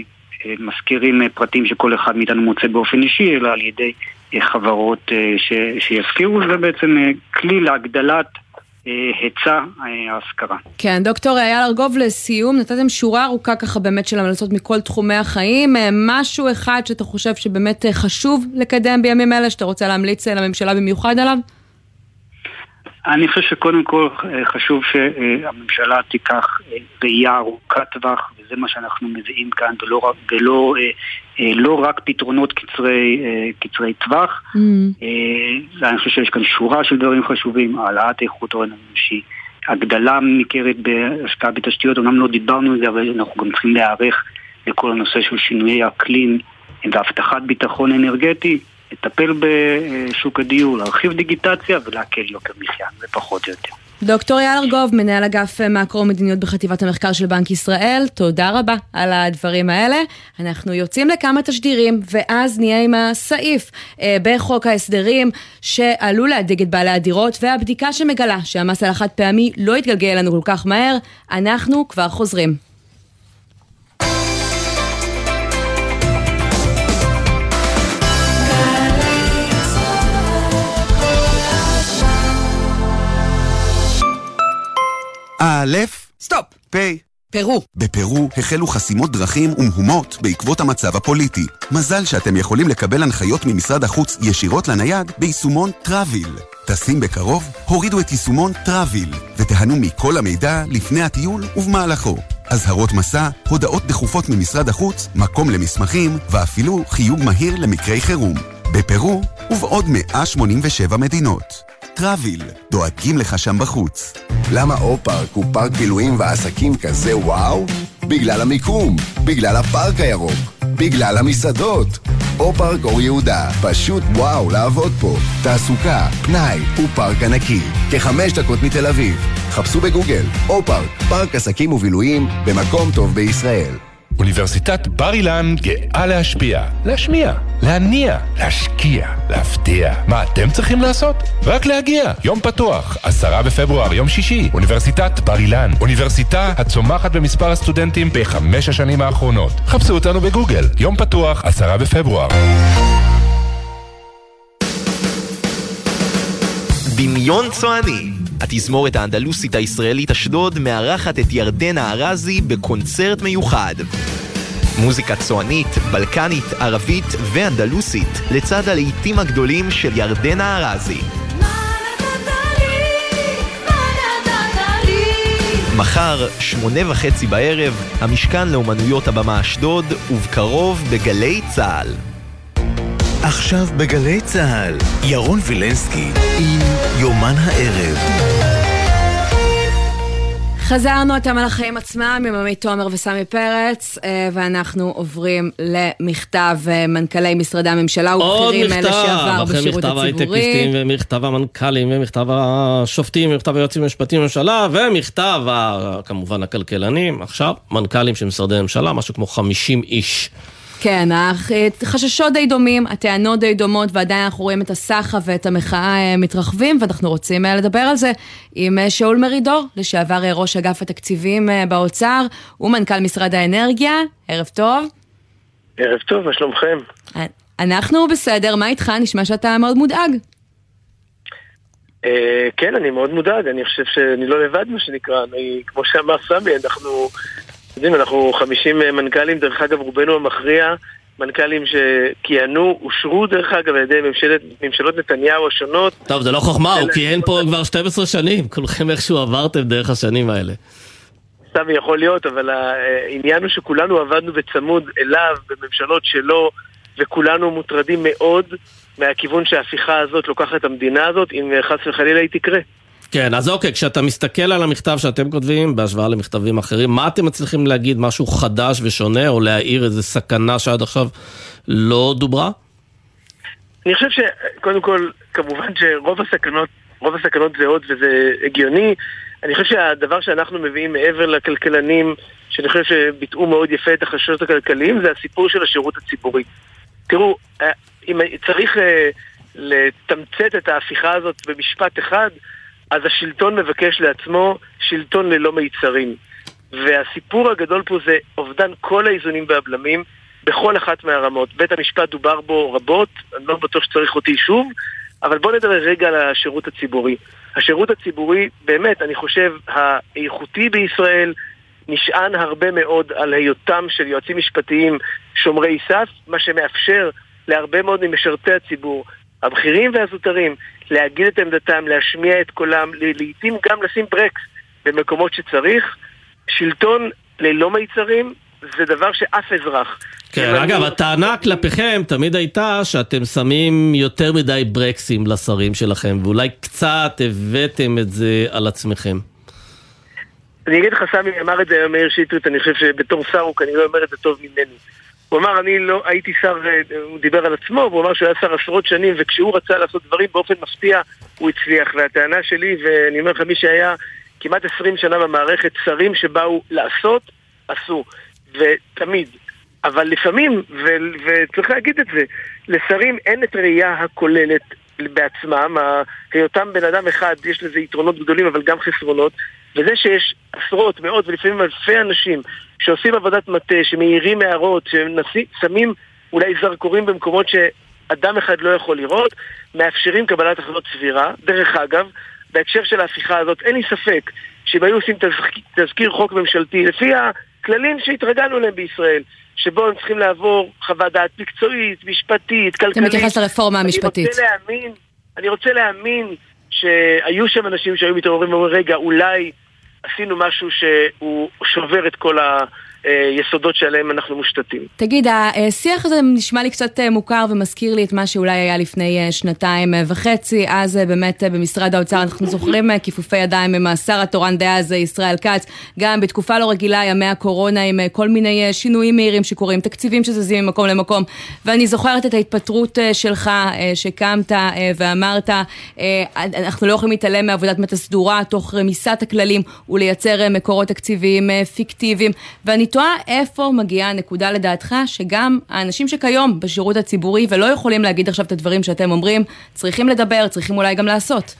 מזכירים פרטים שכל אחד מאיתנו מוצא באופן אישי, אלא על ידי חברות שיזכירו, זה בעצם כלי להגדלת היצע ההשכרה. כן, דוקטור אייל ארגוב, לסיום, נתתם שורה ארוכה ככה באמת של המלצות מכל תחומי החיים, משהו אחד שאתה חושב שבאמת חשוב לקדם בימים אלה, שאתה רוצה להמליץ לממשלה במיוחד עליו? אני חושב שקודם כל חשוב שהממשלה תיקח ראייה ארוכת טווח, וזה מה שאנחנו מביאים כאן, ולא רק פתרונות קצרי טווח. אני חושב שיש כאן שורה של דברים חשובים, העלאת איכות ההון האנושי, הגדלה ניכרת בהשקעה בתשתיות, אומנם לא דיברנו על זה, אבל אנחנו גם צריכים להיערך לכל הנושא של שינויי אקלים והבטחת ביטחון אנרגטי, לטפל בשוק הדיור, להרחיב דיגיטציה ולהקל יוקר מחיה, זה פחות או יותר. דוקטור אייל ארגוב, מנהל אגף מקרו מדיניות בחטיבת המחקר של בנק ישראל, תודה רבה על הדברים האלה. אנחנו יוצאים לכמה תשדירים, ואז נהיה עם הסעיף בחוק ההסדרים, שעלול להדאיג את בעלי הדירות, והבדיקה שמגלה שהמס על החד פעמי לא יתגלגל לנו כל כך מהר, אנחנו כבר חוזרים. א', סטופ. פרו. בפרו החלו חסימות דרכים ומהומות בעקבות המצב הפוליטי. מזל שאתם יכולים לקבל הנחיות ממשרד החוץ ישירות לנייד ביישומון טראביל. טסים בקרוב, הורידו את יישומון טראביל ותהנו מכל המידע לפני הטיול ובמהלכו. אזהרות מסע, הודעות דחופות ממשרד החוץ, מקום למסמכים ואפילו חיוג מהיר למקרי חירום. בפרו ובעוד 187 מדינות. טראביל, דואגים לך שם בחוץ. למה אופארק הוא פארק בילויים ועסקים כזה וואו? בגלל המיקום, בגלל הפארק הירוק, בגלל המסעדות. אופארק אור יהודה, פשוט וואו לעבוד פה. תעסוקה, פנאי ופארק ענקי. כ5 דקות מתל אביב. חפשו בגוגל, אופארק, פארק עסקים ובילויים במקום טוב בישראל. אוניברסיטת בר אילן גאה להשפיע, להשמיע, להניע, להשקיע, להפתיע. מה אתם צריכים לעשות? רק להגיע. יום פתוח, 10 בפברואר, יום שישי. אוניברסיטת בר אילן, אוניברסיטה הצומחת במספר הסטודנטים ב5 השנים האחרונות. חפשו אותנו בגוגל. יום פתוח, 10 בפברואר. דמיון צועני. התזמורת האנדלוסית הישראלית אשדוד מארחת את ירדנה ארזי בקונצרט מיוחד. מוזיקה צוענית, בלקנית, ערבית ואנדלוסית, לצד הלהיטים הגדולים של ירדנה ארזי. מחר, 8:30 בערב, המשכן לאומנויות הבמה אשדוד, ובקרוב בגלי צהל. עכשיו בגלי צהל, ירון וילנסקי עם יומן הערב. חזרנו אתם על החיים עצמם עם עמית תומר וסמי פרץ, ואנחנו עוברים למכתב מנכ"לי משרדי הממשלה ובכירים לשעבר בשירות הציבורי. מכתב הייטקיסטים ומכתב המנכ"לים ומכתב השופטים ומכתב היועצים המשפטיים בממשלה ומכתב כמובן הכלכלנים. עכשיו מנכ"לים של משרדי הממשלה, משהו כמו 50 איש. כן, החששות די דומים, הטענות די דומות, ועדיין אנחנו רואים את הסחה ואת המחאה מתרחבים, ואנחנו רוצים לדבר על זה עם שאול מרידור, לשעבר ראש אגף התקציבים באוצר, ומנכ"ל משרד האנרגיה. ערב טוב. ערב טוב, מה שלומכם? אנחנו בסדר, מה איתך? נשמע שאתה מאוד מודאג. כן, אני מאוד מודאג, אני חושב שאני לא לבד מה שנקרא, כמו שאמר סמי, אנחנו 50 מנכ"לים, דרך אגב רובנו המכריע, מנכ"לים שכיהנו, אושרו דרך אגב על ידי ממשלות נתניהו השונות. טוב, זה לא חוכמה, הוא כיהן פה כבר 12 שנים, כולכם איכשהו עברתם דרך השנים האלה. סמי יכול להיות, אבל העניין הוא שכולנו עבדנו בצמוד אליו, בממשלות שלו, וכולנו מוטרדים מאוד מהכיוון שההפיכה הזאת לוקחת את המדינה הזאת, אם חס וחלילה היא תקרה. כן, אז אוקיי, כשאתה מסתכל על המכתב שאתם כותבים, בהשוואה למכתבים אחרים, מה אתם מצליחים להגיד, משהו חדש ושונה, או להעיר איזו סכנה שעד עכשיו לא דוברה? אני חושב שקודם כל, כמובן שרוב הסכנות זהות וזה הגיוני. אני חושב שהדבר שאנחנו מביאים מעבר לכלכלנים, שאני חושב שביטאו מאוד יפה את החששות הכלכליים, זה הסיפור של השירות הציבורי. תראו, אם צריך לתמצת את ההפיכה הזאת במשפט אחד, אז השלטון מבקש לעצמו שלטון ללא מיצרים. והסיפור הגדול פה זה אובדן כל האיזונים והבלמים. בכל אחת מהרמות. בית המשפט דובר בו רבות, אני לא בטוח שצריך אותי שוב, אבל בוא נדבר רגע על השירות הציבורי. השירות הציבורי, באמת, אני חושב, האיכותי בישראל נשען הרבה מאוד על היותם של יועצים משפטיים שומרי סף, מה שמאפשר להרבה מאוד ממשרתי הציבור, הבכירים והזוטרים, להגיד את עמדתם, להשמיע את קולם, לעתים גם לשים ברקס במקומות שצריך. שלטון ללא מיצרים זה דבר שאף אזרח. כן, אגב, הטענה כלפיכם תמיד הייתה שאתם שמים יותר מדי ברקסים לשרים שלכם, ואולי קצת הבאתם את זה על עצמכם. אני אגיד לך, סמי אמר את זה מאיר שטרית, אני חושב שבתור שר הוא כנראה אומר את זה טוב ממני. הוא אמר, אני לא הייתי שר, הוא דיבר על עצמו, והוא אמר שהוא היה שר עשרות שנים, וכשהוא רצה לעשות דברים באופן מפתיע, הוא הצליח. והטענה שלי, ואני אומר לך, מי שהיה כמעט 20 שנה במערכת, שרים שבאו לעשות, עשו. ותמיד. אבל לפעמים, וצריך להגיד את זה, לשרים אין את ראייה הכוללת בעצמם, היותם בן אדם אחד, יש לזה יתרונות גדולים, אבל גם חסרונות, וזה שיש עשרות, מאות ולפעמים אלפי אנשים שעושים עבודת מטה, שמאירים הערות, ששמים אולי זרקורים במקומות שאדם אחד לא יכול לראות, מאפשרים קבלת החלטות סבירה. דרך אגב, בהקשר של ההפיכה הזאת, אין לי ספק שאם היו עושים תזכיר חוק ממשלתי, לפי הכללים שהתרגלנו להם בישראל, שבו הם צריכים לעבור חוות דעת מקצועית, משפטית, כלכלית. אתה מתייחס לרפורמה המשפטית. אני רוצה להאמין שהיו שם אנשים שהיו מתעוררים ואומרים, רגע, אולי עשינו משהו שהוא שובר את כל היסודות שעליהם אנחנו מושתתים. תגיד, השיח הזה נשמע לי קצת מוכר ומזכיר לי את מה שאולי היה לפני 2.5 שנים, אז באמת במשרד האוצר אנחנו זוכרים כיפופי ידיים עם השר התורן דאז ישראל כץ, גם בתקופה לא רגילה, ימי הקורונה, עם כל מיני שינויים מהירים שקורים, תקציבים שזזים ממקום למקום, ואני זוכרת את ההתפטרות שלך שקמת ואמרת, אנחנו לא יכולים להתעלם מעבודת מטה סדורה תוך רמיסת הכללים ולייצר מקורות תקציביים פיקטיביים, ואני תוהה איפה מגיעה הנקודה לדעתך שגם האנשים שכיום בשירות הציבורי ולא יכולים להגיד עכשיו את הדברים שאתם אומרים, צריכים לדבר, צריכים אולי גם לעשות.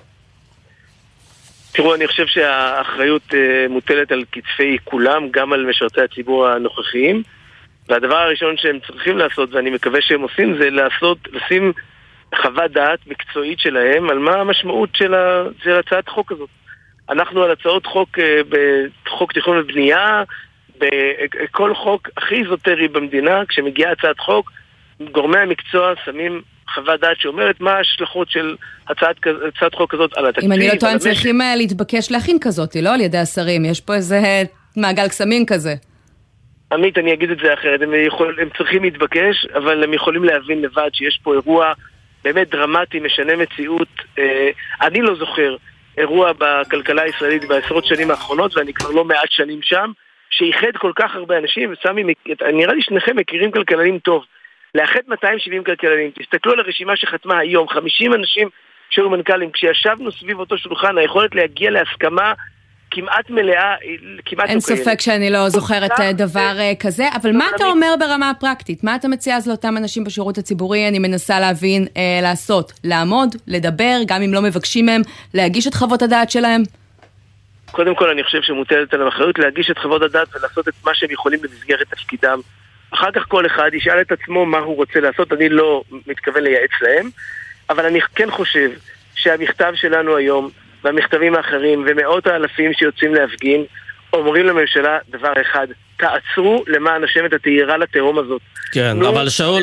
תראו, אני חושב שהאחריות מוטלת על כתפי כולם, גם על משרתי הציבור הנוכחיים, והדבר הראשון שהם צריכים לעשות, ואני מקווה שהם עושים, זה לשים חוות דעת מקצועית שלהם על מה המשמעות של הצעת חוק הזאת. אנחנו על הצעות חוק, בחוק תכנון ובנייה, בכל חוק הכי איזוטרי במדינה, כשמגיעה הצעת חוק, גורמי המקצוע שמים חוות דעת שאומרת מה ההשלכות של הצעת חוק כזאת על התקציב. אם אני לא טוען, צריכים להתבקש להכין כזאת, לא על ידי השרים, יש פה איזה מעגל קסמים כזה. עמית, אני אגיד את זה אחרת, הם צריכים להתבקש, אבל הם יכולים להבין לבד שיש פה אירוע באמת דרמטי, משנה מציאות. אני לא זוכר אירוע בכלכלה הישראלית בעשרות שנים האחרונות, ואני כבר לא מעט שנים שם, שאיחד כל כך הרבה אנשים, נראה לי שניכם מכירים כלכלנים טוב, לאחד 270 כלכלנים, תסתכלו על הרשימה שחתמה היום, 50 אנשים שהיו מנכ"לים, כשישבנו סביב אותו שולחן, היכולת להגיע להסכמה כמעט מלאה, כמעט אין ספק שאני לא זוכרת דבר כזה, אבל מה אתה אומר ברמה הפרקטית? מה אתה מציע אז לאותם אנשים בשירות הציבורי? אני מנסה להבין, לעשות, לעמוד, לדבר, גם אם לא מבקשים מהם, להגיש את חוות הדעת שלהם? קודם כל אני חושב שמוטלת עליהם אחריות להגיש את חוות הדעת ולעשות את מה שהם יכולים במסגרת תפקידם. אחר כך כל אחד ישאל את עצמו מה הוא רוצה לעשות, אני לא מתכוון לייעץ להם, אבל אני כן חושב שהמכתב שלנו היום והמכתבים האחרים ומאות האלפים שיוצאים להפגין אומרים לממשלה דבר אחד, תעצרו למען השם את התהירה לתהום הזאת. כן, אבל שאול,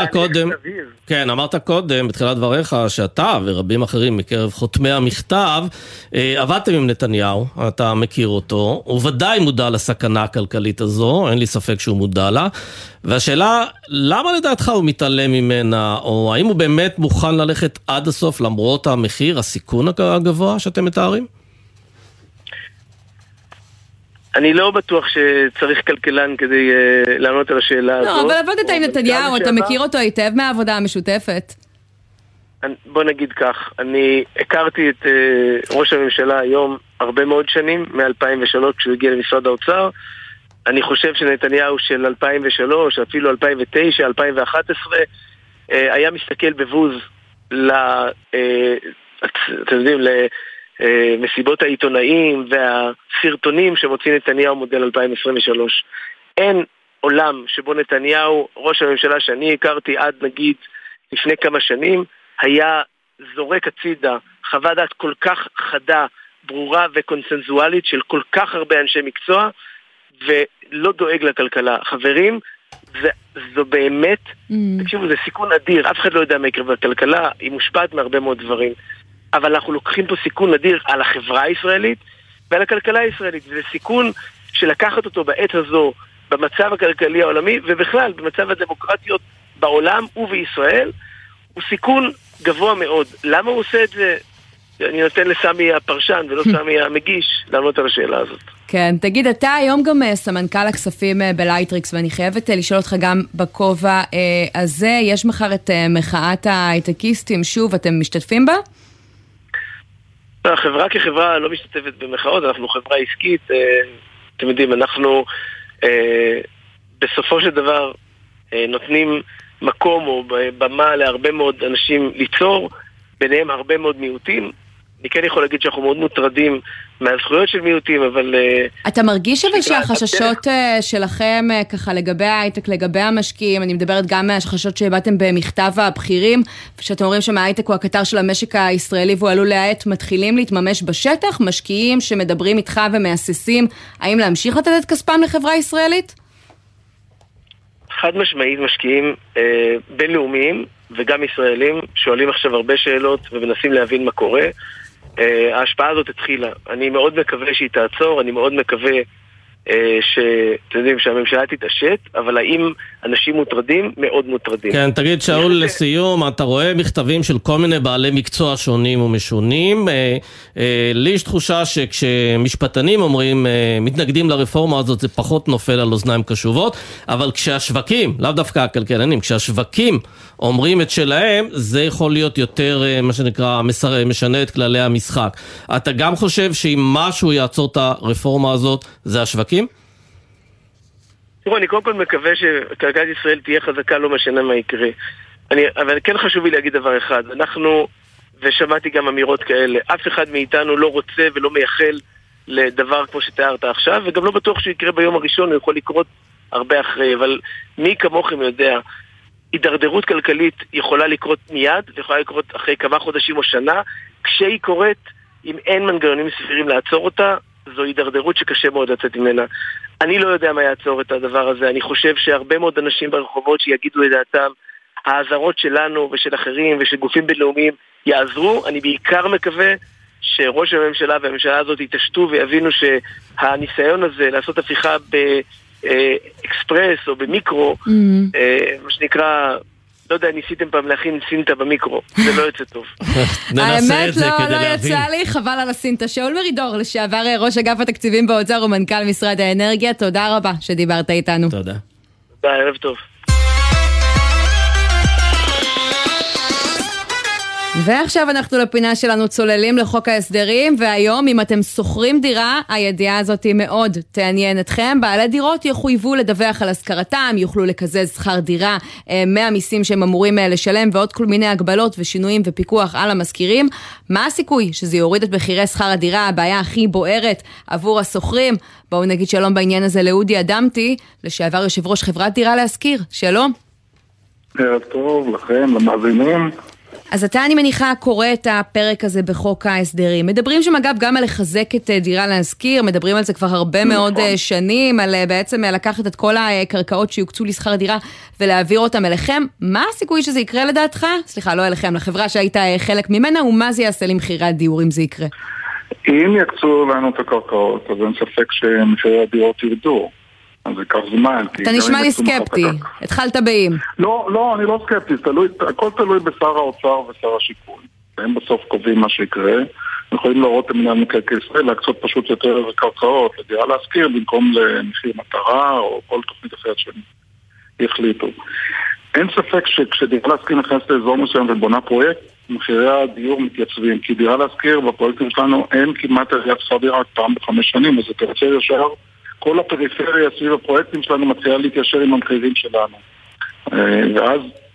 אמרת קודם, בתחילת דבריך, שאתה ורבים אחרים מקרב חותמי המכתב, עבדתם עם נתניהו, אתה מכיר אותו, הוא ודאי מודע לסכנה הכלכלית הזו, אין לי ספק שהוא מודע לה, והשאלה, למה לדעתך הוא מתעלם ממנה, או האם הוא באמת מוכן ללכת עד הסוף למרות המחיר, הסיכון הגבוה שאתם מתארים? אני לא בטוח שצריך כלכלן כדי לענות על השאלה הזאת. לא, אבל עבדת עם נתניהו, אתה מכיר אותו היטב מהעבודה המשותפת. בוא נגיד כך, אני הכרתי את ראש הממשלה היום הרבה מאוד שנים, מ-2003 כשהוא הגיע למשרד האוצר. אני חושב שנתניהו של 2003, אפילו 2009, 2011, היה מסתכל בבוז אתם יודעים, מסיבות העיתונאים והסרטונים שמוציא נתניהו מודל 2023. אין עולם שבו נתניהו, ראש הממשלה שאני הכרתי עד נגיד לפני כמה שנים, היה זורק הצידה חוות דעת כל כך חדה, ברורה וקונסנזואלית של כל כך הרבה אנשי מקצוע, ולא דואג לכלכלה. חברים, זו באמת, תקשיבו, זה סיכון אדיר, אף אחד לא יודע מה יקרה בכלכלה, היא מושפעת מהרבה מאוד דברים, אבל אנחנו לוקחים פה סיכון אדיר על החברה הישראלית ועל הכלכלה הישראלית, וזה סיכון שלקחת אותו בעת הזו, במצב הכלכלי העולמי, ובכלל במצב הדמוקרטיות בעולם ובישראל, הוא סיכון גבוה מאוד. למה הוא עושה את זה? אני נותן לסמי הפרשן ולא סמי המגיש לענות על השאלה הזאת. כן, תגיד, אתה היום גם סמנכ"ל הכספים בלייטריקס, ואני חייבת לשאול אותך גם בכובע הזה, יש מחר את מחאת ההייטקיסטים, שוב, אתם משתתפים בה? החברה כחברה לא משתתפת במחאות, אנחנו חברה עסקית, אתם יודעים, אנחנו בסופו של דבר נותנים מקום או במה להרבה מאוד אנשים ליצור, ביניהם הרבה מאוד מיעוטים. אני כן יכול להגיד שאנחנו מאוד מוטרדים מהזכויות של מיעוטים, אבל... אתה מרגיש אבל שהחששות שלכם ככה לגבי ההייטק, לגבי המשקיעים, אני מדברת גם מהחששות שהבאתם במכתב הבכירים, שאתם אומרים שמההייטק הוא הקטר של המשק הישראלי והוא עלול להעת מתחילים להתממש בשטח, משקיעים שמדברים איתך ומאססים, האם להמשיך לתת את כספם לחברה ישראלית? חד משמעית משקיעים בינלאומיים וגם ישראלים שואלים עכשיו הרבה שאלות ומנסים להבין מה קורה. ההשפעה הזאת התחילה. אני מאוד מקווה שהיא תעצור, אני מאוד מקווה שאתם יודעים שהממשלה תתעשת, אבל האם אנשים מוטרדים? מאוד מוטרדים. כן, תגיד שאול לסיום, אתה רואה מכתבים של כל מיני בעלי מקצוע שונים ומשונים, לי יש תחושה שכשמשפטנים אומרים, מתנגדים לרפורמה הזאת, זה פחות נופל על אוזניים קשובות, אבל כשהשווקים, לאו דווקא הכלכלנים, כשהשווקים אומרים את שלהם, זה יכול להיות יותר, מה שנקרא, משנה את כללי המשחק. אתה גם חושב שאם משהו יעצור את הרפורמה הזאת, זה השווקים? תראו, אני קודם כל מקווה שכלכלת ישראל תהיה חזקה, לא משנה מה יקרה. אבל כן חשוב לי להגיד דבר אחד. אנחנו, ושמעתי גם אמירות כאלה, אף אחד מאיתנו לא רוצה ולא מייחל לדבר כמו שתיארת עכשיו, וגם לא בטוח שהוא יקרה ביום הראשון, הוא יכול לקרות הרבה אחרי. אבל מי כמוכם יודע, הידרדרות כלכלית יכולה לקרות מיד, ויכולה לקרות אחרי כמה חודשים או שנה, כשהיא קורית, אם אין מנגנונים סבירים לעצור אותה, זו הידרדרות שקשה מאוד לצאת ממנה. אני לא יודע מה יעצור את הדבר הזה. אני חושב שהרבה מאוד אנשים ברחובות שיגידו את דעתם, האזהרות שלנו ושל אחרים ושל גופים בינלאומיים יעזרו. אני בעיקר מקווה שראש הממשלה והממשלה הזאת יתעשתו ויבינו שהניסיון הזה לעשות הפיכה באקספרס או במיקרו, מה שנקרא... לא יודע, ניסיתם פעם להכין סינטה במיקרו, זה לא יוצא טוב. האמת לא יצא לי, חבל על הסינטה. שאול מרידור, לשעבר ראש אגף התקציבים באוצר ומנכ"ל משרד האנרגיה, תודה רבה שדיברת איתנו. תודה. תודה, ערב טוב. ועכשיו אנחנו לפינה שלנו צוללים לחוק ההסדרים, והיום אם אתם שוכרים דירה, הידיעה הזאת מאוד תעניין אתכם. בעלי דירות יחויבו לדווח על השכרתם, יוכלו לקזז שכר דירה מהמיסים שהם אמורים לשלם, ועוד כל מיני הגבלות ושינויים ופיקוח על המשכירים. מה הסיכוי שזה יוריד את מחירי שכר הדירה, הבעיה הכי בוערת עבור השוכרים? בואו נגיד שלום בעניין הזה לאודי אדמתי, לשעבר יושב ראש חברת דירה להשכיר. שלום. ערב טוב לכם, למאזינים. אז אתה, אני מניחה, קורא את הפרק הזה בחוק ההסדרים. מדברים שם אגב גם על לחזק את דירה להשכיר, מדברים על זה כבר הרבה מאוד שנים, על בעצם לקחת את כל הקרקעות שיוקצו לשכר דירה ולהעביר אותם אליכם. מה הסיכוי שזה יקרה לדעתך? סליחה, לא אליכם, לחברה שהיית חלק ממנה, ומה זה יעשה למחירי הדיור אם זה יקרה? אם יקצו לנו את הקרקעות, אז אין ספק שמחירי הדירות ירדו. אז זה כך זמן. אתה נשמע לי סקפטי, התחלת באים. לא, אני לא סקפטי, הכל תלוי בשר האוצר ושר השיכון. הם בסוף קובעים מה שיקרה, יכולים להראות למנהל מקרקעי ישראל, להקצות פשוט יותר קרקעות, לדירה להשכיר, במקום למחיר מטרה, או כל תוכנית אחרת שהם יחליטו. אין ספק שכשדירה להשכיר נכנסת לאזור מסוים ובונה פרויקט, מחירי הדיור מתייצבים, כי דירה להשכיר בפרויקטים שלנו אין כמעט עליית שכר דירה פעם ב5 שנים, אז זה תייצר ישר. כל הפריפריה סביב הפרויקטים שלנו מתחילה להתיישר עם המחירים שלנו. ואז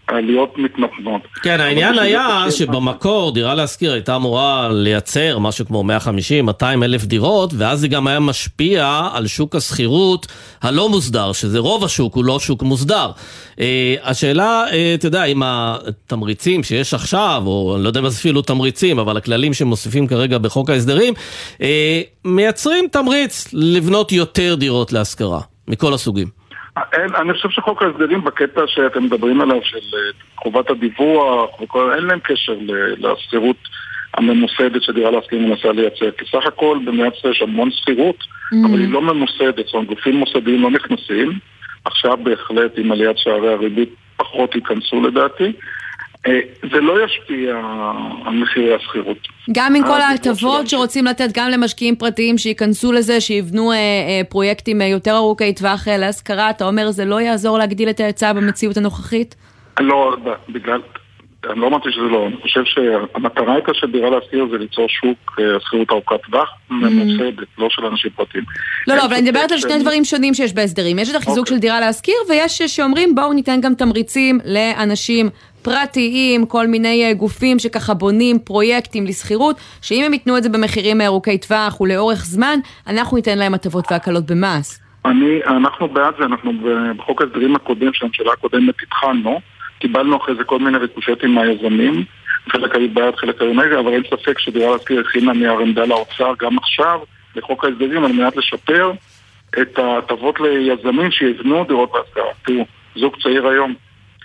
העליות מתנפנות. כן, העניין היה שבמקור דירה להשכיר הייתה אמורה לייצר משהו כמו 150-200 אלף דירות, ואז זה גם היה משפיע על שוק השכירות הלא מוסדר, שזה רוב השוק, הוא לא שוק מוסדר. השאלה, אתה יודע, אם התמריצים שיש עכשיו, או אני לא יודע מה זה אפילו תמריצים, אבל הכללים שמוסיפים כרגע בחוק ההסדרים, מייצרים תמריץ לבנות יותר דירות להשכרה, מכל הסוגים. אני חושב שחוק ההסדרים בקטע שאתם מדברים עליו של חובת הדיווח, אין להם קשר לסחירות הממוסדת שדירה להשכיר מנסה לייצר, כי סך הכל במדינת ישראל יש המון סחירות, אבל היא לא ממוסדת, זאת אומרת גופים מוסדיים לא נכנסים, עכשיו בהחלט עם עליית שערי הריבית פחות ייכנסו לדעתי, זה לא ישפיע על מחירי הסחירות. גם עם כל ההטבות שרוצים לתת גם למשקיעים פרטיים שיכנסו לזה, שיבנו פרויקטים יותר ארוכי טווח להשכרה, אתה אומר זה לא יעזור להגדיל את ההיצע במציאות הנוכחית? לא, בגלל, אני לא אמרתי שזה לא, אני חושב שהמטרה הייתה של דירה להשכיר זה ליצור שוק שכירות ארוכת טווח ממוסדת, לא של אנשים פרטיים. לא, אבל אני מדברת על שני דברים שונים שיש בהסדרים. יש את החיזוק של דירה להשכיר, ויש שאומרים בואו ניתן גם תמריצים לאנשים פרטיים, כל מיני גופים שככה בונים פרויקטים לסחירות, שאם הם ייתנו את זה במחירים ארוכי טווח ולאורך זמן, אנחנו ניתן להם הטבות והקלות במס. אנחנו בעד זה, אנחנו בחוק ההסדרים הקודם, שהממשלה הקודמת התחלנו, קיבלנו אחרי זה כל מיני ריקושטים מהיזמים, חלק היו בעד, חלק היו נגד, אבל אין ספק שדירה להשכיר הכינה נייר עמדה לאוצר גם עכשיו, לחוק ההסדרים, על מנת לשפר את ההטבות ליזמים שיבנו דירות להשכרה. תראו, זוג צעיר היום,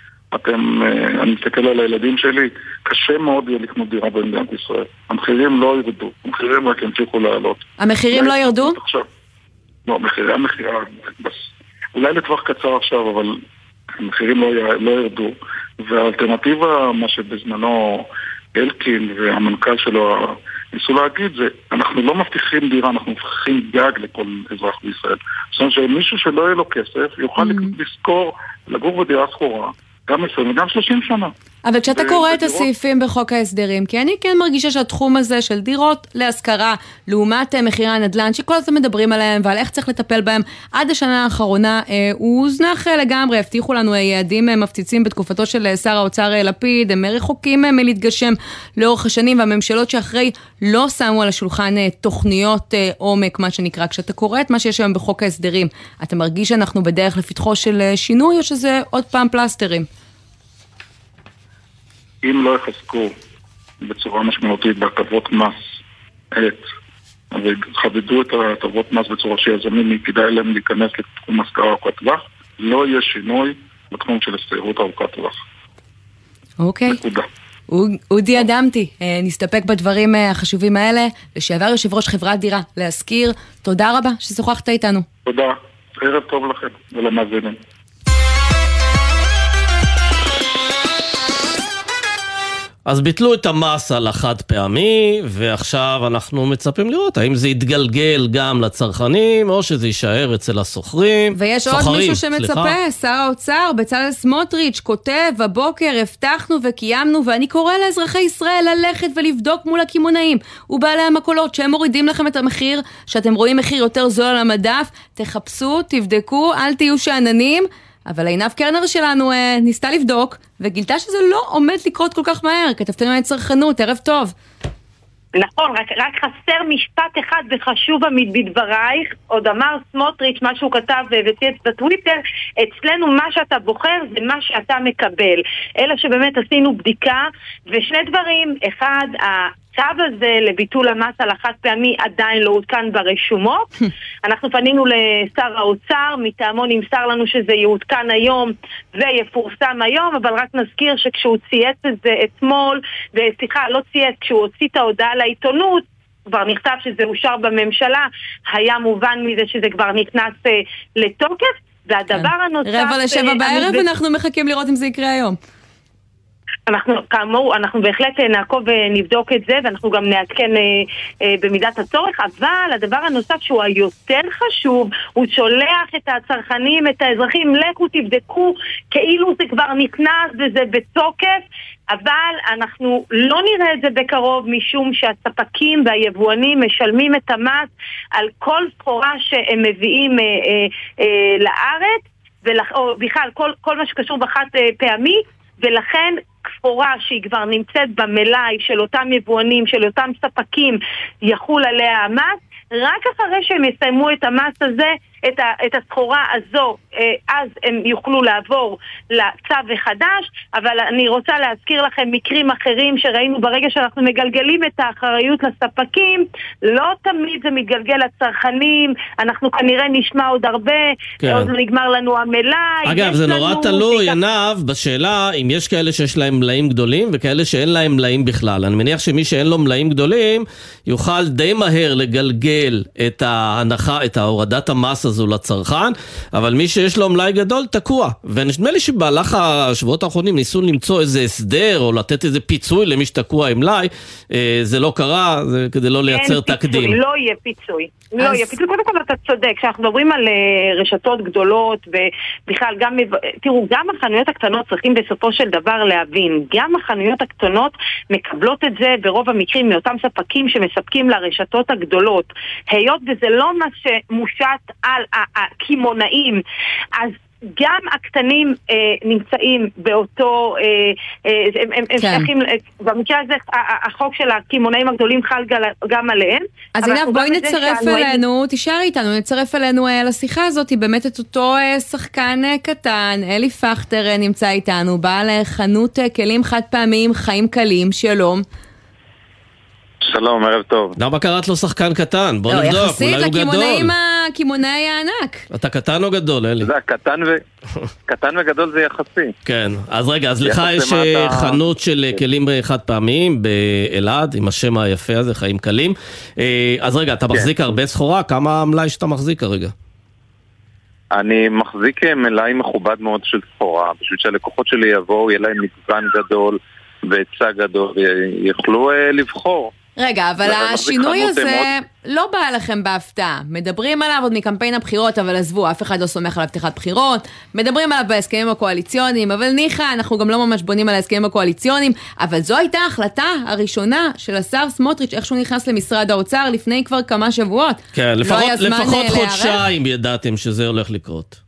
אני מסתכל על הילדים שלי, קשה מאוד לקנות דירה במדינת ישראל. המחירים לא ירדו, המחירים רק ימשיכו לעלות. המחירים לא ירדו? לא, המחירים, אולי לטווח קצר עכשיו, אבל המחירים לא ירדו. והאלטרנטיבה, מה שבזמנו אלקין והמנכ"ל שלו ניסו להגיד, זה אנחנו לא מבטיחים דירה, אנחנו מבטיחים גג לכל אזרח בישראל. זאת אומרת שמישהו שלא יהיה לו כסף יוכל לזכור לגור בדירה שכורה גם 20 וגם 30 שנה. אבל כשאתה קורא את הסעיפים בחוק ההסדרים, כי אני כן מרגישה שהתחום הזה של דירות להשכרה, לעומת מחירי הנדל"ן, שכל הזמן מדברים עליהם ועל איך צריך לטפל בהם, עד השנה האחרונה הוא הוזנח לגמרי, הבטיחו לנו יעדים מפציצים בתקופתו של שר האוצר לפיד, הם רחוקים מלהתגשם לאורך השנים, והממשלות שאחרי לא שמו על השולחן תוכניות עומק, מה שנקרא. כשאתה קורא את מה שיש היום בחוק ההסדרים, אתה מרגיש שאנחנו בדרך לפתחו של שינוי, או שזה עוד פעם פלסטרים? אם לא יחזקו בצורה משמעותית בהטבות מס וחדדו את ההטבות מס בצורה שיזמים כדאי להם להיכנס לתחום השכרה ארוכת טווח, לא יהיה שינוי בתחום של השכירות ארוכת טווח. אוקיי. נקודה. אודי אדמתי, נסתפק בדברים החשובים האלה. לשעבר יושב ראש חברת דירה להשכיר, תודה רבה ששוחחת איתנו. תודה, ערב טוב לכם ולמאזינים. אז ביטלו את המס על החד פעמי, ועכשיו אנחנו מצפים לראות האם זה יתגלגל גם לצרכנים, או שזה יישאר אצל הסוחרים. ויש עוד מישהו שמצפה, שר האוצר, בצלאל סמוטריץ', כותב, הבוקר הבטחנו וקיימנו, ואני קורא לאזרחי ישראל ללכת ולבדוק מול הכימונאים ובעלי המכולות, שהם מורידים לכם את המחיר, שאתם רואים מחיר יותר זול על המדף, תחפשו, תבדקו, אל תהיו שעננים. אבל עינב קרנר שלנו ניסתה לבדוק, וגילתה שזה לא עומד לקרות כל כך מהר. כתבתנו על צרכנות, ערב טוב. נכון, רק חסר משפט אחד וחשוב בדברייך. עוד אמר סמוטריץ' מה שהוא כתב וצייץ בטוויטר, אצלנו מה שאתה בוחר זה מה שאתה מקבל. אלא שבאמת עשינו בדיקה, ושני דברים, אחד, הצו הזה לביטול המס על החד פעמי עדיין לא עודכן ברשומות. אנחנו פנינו לשר האוצר, מטעמו נמסר לנו שזה יעודכן היום ויפורסם היום, אבל רק נזכיר שכשהוא צייץ את זה אתמול, וסליחה, לא צייץ, כשהוא הוציא את ההודעה לעיתונות, כבר נכתב שזה אושר בממשלה, היה מובן מזה שזה כבר נכנס לתוקף, והדבר הנוסף... 6:45 אנחנו מחכים לראות אם זה יקרה היום. אנחנו בהחלט נעקוב ונבדוק את זה, ואנחנו גם נעדכן במידת הצורך, אבל הדבר הנוסף שהוא היותר חשוב, הוא שולח את הצרכנים, את האזרחים, לכו תבדקו, כאילו זה כבר נכנס וזה בתוקף, אבל אנחנו לא נראה את זה בקרוב, משום שהספקים והיבואנים משלמים את המס על כל סחורה שהם מביאים לארץ, או בכלל כל מה שקשור בחד פעמי, ולכן סחורה שהיא כבר נמצאת במלאי של אותם יבואנים, של אותם ספקים, יחול עליה המס, רק אחרי שהם יסיימו את המס הזה, את הסחורה הזו, אז הם יוכלו לעבור לצו החדש. אבל אני רוצה להזכיר לכם מקרים אחרים שראינו ברגע שאנחנו מגלגלים את האחריות לספקים, לא תמיד זה מתגלגל לצרכנים, אנחנו כנראה נשמע עוד הרבה, עוד נגמר לנו המלאי. אגב, זה נורא תלוי, ענב, בשאלה אם יש כאלה שיש להם מלאים גדולים וכאלה שאין להם מלאים בכלל. אני מניח שמי שאין לו מלאים גדולים יוכל די מהר לגלגל את ההנחה, את ההורדת המס הזו לצרכן, אבל מי שיש לו מלאי גדול תקוע. ונשמע לי שבהלך השבועות האחרונים ניסו למצוא איזה הסדר או לתת איזה פיצוי למי שתקוע עם מלאי, זה לא קרה, זה כדי לא לייצר תקדים. לא יהיה פיצוי. לא יהיה פיצוי. קודם כל אתה צודק, כשאנחנו מדברים על רשתות גדולות ובכלל גם, תראו, גם החנויות הקטנות צריכים בסופו של דבר להבין, גם החנויות הקטנות מקבלות את זה ברוב המקרים מאותם ספקים שמספקים לרשתות הגדולות. היות וזה לא מה שמושת על הכימונאים, אז גם הקטנים נמצאים באותו, הם שייכים, במקרה הזה החוק של הכימונאים הגדולים חל גם עליהם. אז עינב, בואי נצרף אלינו, תישאר איתנו, נצרף אלינו לשיחה הזאת, באמת את אותו שחקן קטן, אלי פכטר נמצא איתנו, בעל חנות כלים חד פעמיים חיים קלים, שלום. שלום, ערב טוב. למה קראת לו שחקן קטן? בוא נבדוק, אולי הוא גדול. יחסית לכימונאי הענק. אתה קטן או גדול, אלי? זה קטן וגדול זה יחסי. כן, אז רגע, אז לך יש חנות של כלים חד פעמיים באלעד, עם השם היפה הזה, חיים קלים. אז רגע, אתה מחזיק הרבה סחורה? כמה המלאי שאתה מחזיק כרגע? אני מחזיק מלאי מכובד מאוד של סחורה, בשביל שהלקוחות שלי יבואו, יהיה להם מגוון גדול והיצע גדול, ויוכלו לבחור. רגע, אבל השינוי הזה לא בא לכם בהפתעה. מדברים עליו עוד מקמפיין הבחירות, אבל עזבו, אף אחד לא סומך על הבטחת בחירות. מדברים עליו בהסכמים הקואליציוניים, אבל ניחה, אנחנו גם לא ממש בונים על ההסכמים הקואליציוניים, אבל זו הייתה ההחלטה הראשונה של השר סמוטריץ', איך שהוא נכנס למשרד האוצר לפני כבר כמה שבועות. כן, לפחות חודשיים ידעתם שזה הולך לקרות.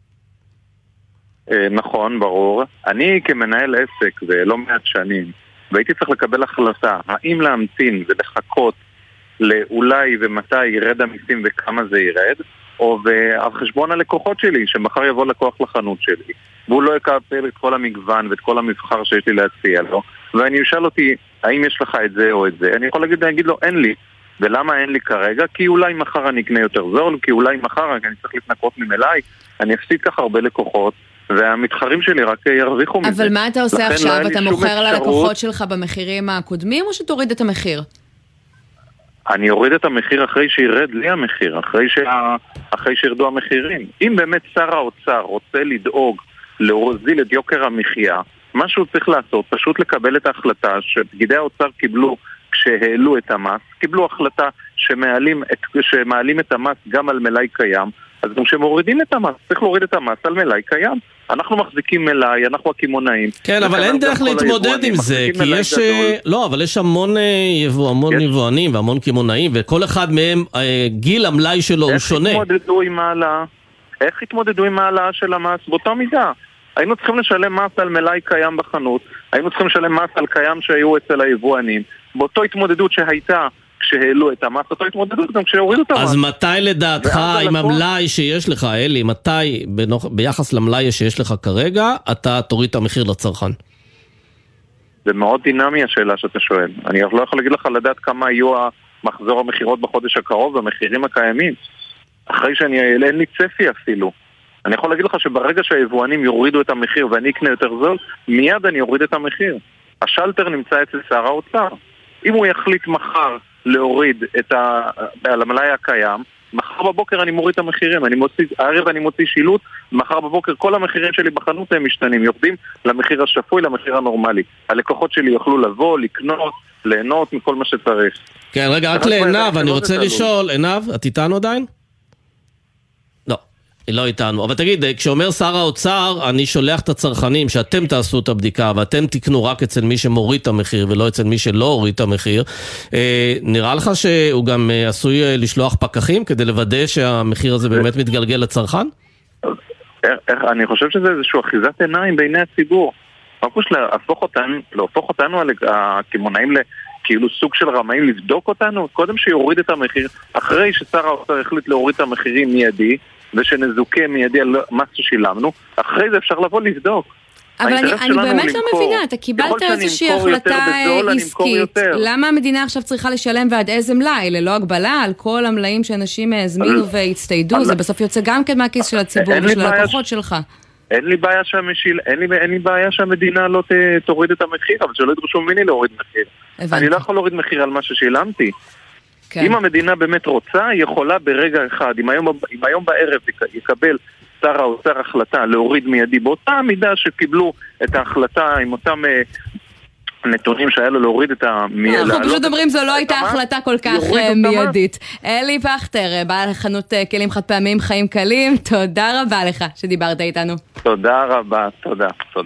נכון, ברור. אני כמנהל עסק, ולא מעט שנים, והייתי צריך לקבל החלטה, האם להמתין ולחכות לאולי ומתי ירד המיסים וכמה זה ירד, או על חשבון הלקוחות שלי, שמחר יבוא לקוח לחנות שלי, והוא לא יקבל את כל המגוון ואת כל המבחר שיש לי להציע לו, ואני אשאל אותי, האם יש לך את זה או את זה? אני יכול להגיד לו, אין לי. ולמה אין לי כרגע? כי אולי מחר אני אקנה יותר זול, כי אולי מחר אני צריך להתנקות ממלאי, אני אפסיד כך הרבה לקוחות, והמתחרים שלי רק ירוויחו מזה. אבל מה אתה עושה עכשיו? אתה מוכר ללקוחות שלך במחירים הקודמים, או שתוריד את המחיר? אני אוריד את המחיר אחרי שירד לי המחיר, אחרי שירדו המחירים. אם באמת שר האוצר רוצה לדאוג להוזיל את יוקר המחיה, מה שהוא צריך לעשות, פשוט לקבל את ההחלטה שפקידי האוצר קיבלו כשהעלו את המס, קיבלו החלטה שמעלים את המס גם על מלאי קיים, אז גם שמורידים את המס, צריך להוריד את המס על מלאי קיים. אנחנו מחזיקים מלאי, אנחנו הכימונאים. כן, אבל אין דרך להתמודד עם זה, כי יש, לא, אבל יש המון יבואנים והמון כימונאים, וכל אחד מהם, גיל המלאי שלו הוא שונה. איך התמודדו עם העלאה של המס? באותה מידה. היינו צריכים לשלם מס על מלאי קיים בחנות, היינו צריכים לשלם מס על קיים שהיו אצל היבואנים, באותו התמודדות שהייתה כשהעלו את המס, אותו התמודדות גם כשהורידו את המס. אז מתי לדעתך, עם המלאי שיש לך, אלי, מתי ביחס למלאי שיש לך כרגע, אתה תוריד את המחיר לצרכן? זה מאוד דינמי השאלה שאתה שואל. אני לא יכול להגיד לך לדעת כמה יהיו מחזור המחירות בחודש הקרוב והמחירים הקיימים. אחרי אין לי צפי אפילו. אני יכול להגיד לך שברגע שהיבואנים יורידו את המחיר ואני אקנה יותר זול, מיד אני אוריד את המחיר. השלטר נמצא אצל שר האוצר. אם הוא יחליט מחר להוריד על המלאי הקיים, מחר בבוקר אני מוריד את המחירים, הערב אני מוציא שילוט, מחר בבוקר כל המחירים שלי בחנות הם משתנים, יורדים למחיר השפוי, למחיר הנורמלי. הלקוחות שלי יוכלו לבוא, לקנות, ליהנות מכל מה שצריך. כן, רגע, רק לעינב, אני רוצה לשאול, עינב, את איתנו עדיין? לא, היא לא איתנו. אבל תגיד, כשאומר שר האוצר, אני שולח את הצרכנים שאתם תעשו את הבדיקה, ואתם תקנו רק אצל מי שמוריד את המחיר, ולא אצל מי שלא הוריד את המחיר. נראה לך שהוא גם עשוי לשלוח פקחים, כדי לוודא שהמחיר הזה באמת מתגלגל לצרכן? אני חושב שזה איזשהו אחיזת עיניים בעיני הציבור. פשוט להפוך אותנו הכימונאים כאילו סוג של רמאים, לבדוק אותנו, קודם שיוריד את המחיר, אחרי ששר האוצר החליט להוריד את המחירים מיידי, ושנזוכה מיידי על מס ששילמנו, אחרי זה אפשר לבוא לבדוק. אבל אני באמת לא מבינה, אתה קיבלת איזושהי החלטה עסקית, למה המדינה עכשיו צריכה לשלם ועד איזה מלאי, ללא הגבלה, על כל המלאים שאנשים הזמינו והצטיידו, זה בסוף יוצא גם כן מהכיס של הציבור ושל הלקוחות שלך. אין לי בעיה שהמדינה לא תוריד את המחיר, אבל שלא ידרשו ממני להוריד מחיר. אני לא יכול להוריד מחיר על מה ששילמתי. אם המדינה באמת רוצה, היא יכולה ברגע אחד, אם היום בערב יקבל שר האוצר החלטה להוריד מיידי באותה מידה שקיבלו את ההחלטה עם אותם נתונים שהיה לו להוריד את אנחנו פשוט אומרים זו לא הייתה החלטה כל כך מיידית. אלי פכטר, בעל חנות כלים חד פעמים חיים קלים, תודה רבה לך שדיברת איתנו. תודה רבה, תודה.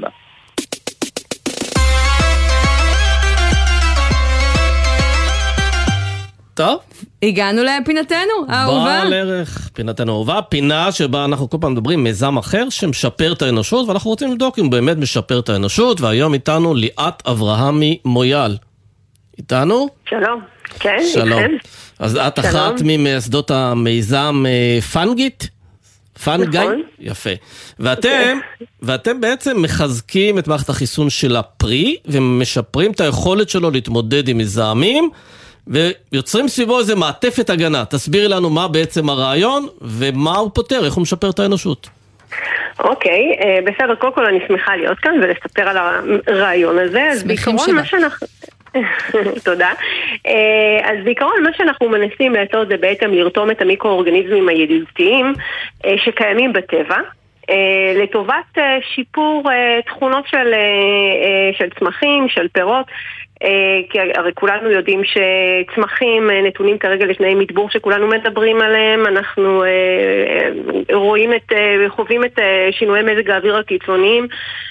טוב. הגענו לפינתנו, האהובה. בעל ערך, פינתנו האהובה, פינה שבה אנחנו כל פעם מדברים מיזם אחר שמשפר את האנושות, ואנחנו רוצים לבדוק אם באמת משפר את האנושות, והיום איתנו ליאת אברהמי מויאל. איתנו? שלום, כן, שלום. איתכם. אז את אחת ממייסדות המיזם פנגיט? פנגי? יפה. ואתם בעצם מחזקים את מערכת החיסון של הפרי, ומשפרים את היכולת שלו להתמודד עם מזהמים, ויוצרים סביבו איזה מעטפת הגנה. תסבירי לנו מה בעצם הרעיון ומה הוא פותר, איך הוא משפר את האנושות. אוקיי, בסדר, קודם כל אני שמחה להיות כאן ולספר על הרעיון הזה. אז בעיקרון מה שאנחנו... תודה. אז בעיקרון מה שאנחנו מנסים לעשות זה בעצם לרתום את המיקרואורגניזמים הידידותיים שקיימים בטבע, לטובת שיפור תכונות של צמחים, של פירות, כי הרי כולנו יודעים שצמחים נתונים כרגע לתנאי מדבור שכולנו מדברים עליהם, אנחנו חווים את שינויי מזג האוויר הקיצוניים,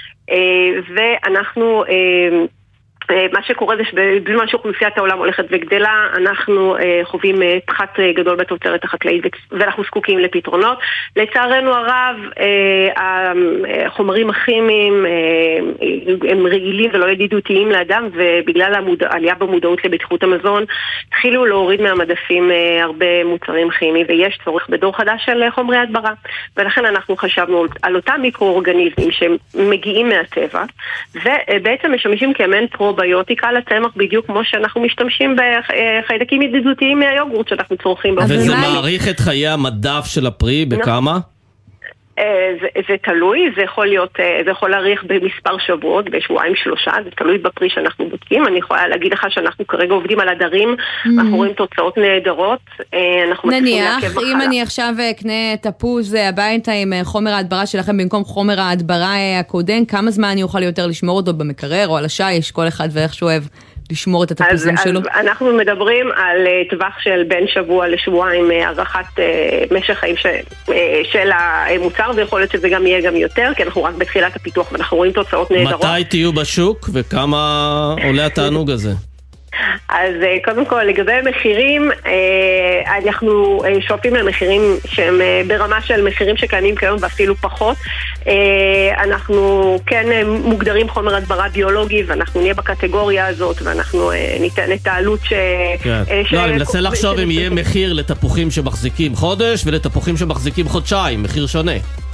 ואנחנו מה שקורה זה שבזמן שאוכלוסיית העולם הולכת וגדלה, אנחנו חווים פחת גדול בתוצרת החקלאית ואנחנו זקוקים לפתרונות. לצערנו הרב, החומרים הכימיים הם רעילים ולא ידידותיים לאדם, ובגלל העלייה במודעות לבטיחות המזון, התחילו להוריד מהמדפים הרבה מוצרים כימיים, ויש צורך בדור חדש של חומרי הדברה. ולכן אנחנו חשבנו על אותם מיקרואורגניזמים שמגיעים מהטבע, ובעצם משמשים כאמן פרוביוטיקה לצמח, בדיוק כמו שאנחנו משתמשים בחיידקים ידידותיים מהיוגורט שאנחנו צורכים. וזה מעריך את חיי המדף של הפרי בכמה? זה תלוי, זה יכול להאריך במספר שבועות, בשבועיים 3, זה תלוי בפרי שאנחנו בודקים. אני יכולה להגיד לך שאנחנו כרגע עובדים על הדרים, אנחנו רואים תוצאות נהדרות. נניח, אם אני עכשיו אקנה תפוז הביתה עם חומר ההדברה שלכם במקום חומר ההדברה הקודם, כמה זמן אני אוכל יותר לשמור אותו במקרר או על השיש, כל אחד ואיך שהוא אוהב לשמור את התפוזים שלו? אז אנחנו מדברים על טווח של בין שבוע לשבועיים הערכת משך חיים של המוצר, ויכול להיות שזה גם יהיה גם יותר, כי אנחנו רק בתחילת הפיתוח ואנחנו רואים תוצאות נהדרות. מתי תהיו בשוק וכמה עולה התענוג הזה? אז קודם כל לגבי מחירים, אנחנו שואפים למחירים שהם ברמה של מחירים שקיימים כיום ואפילו פחות. אנחנו כן מוגדרים חומר הדברה ביולוגי ואנחנו נהיה בקטגוריה הזאת ואנחנו ניתן את העלות לא, אני מנסה לחשוב אם יהיה מחיר לתפוחים שמחזיקים חודש ולתפוחים שמחזיקים חודשיים, מחיר שונה.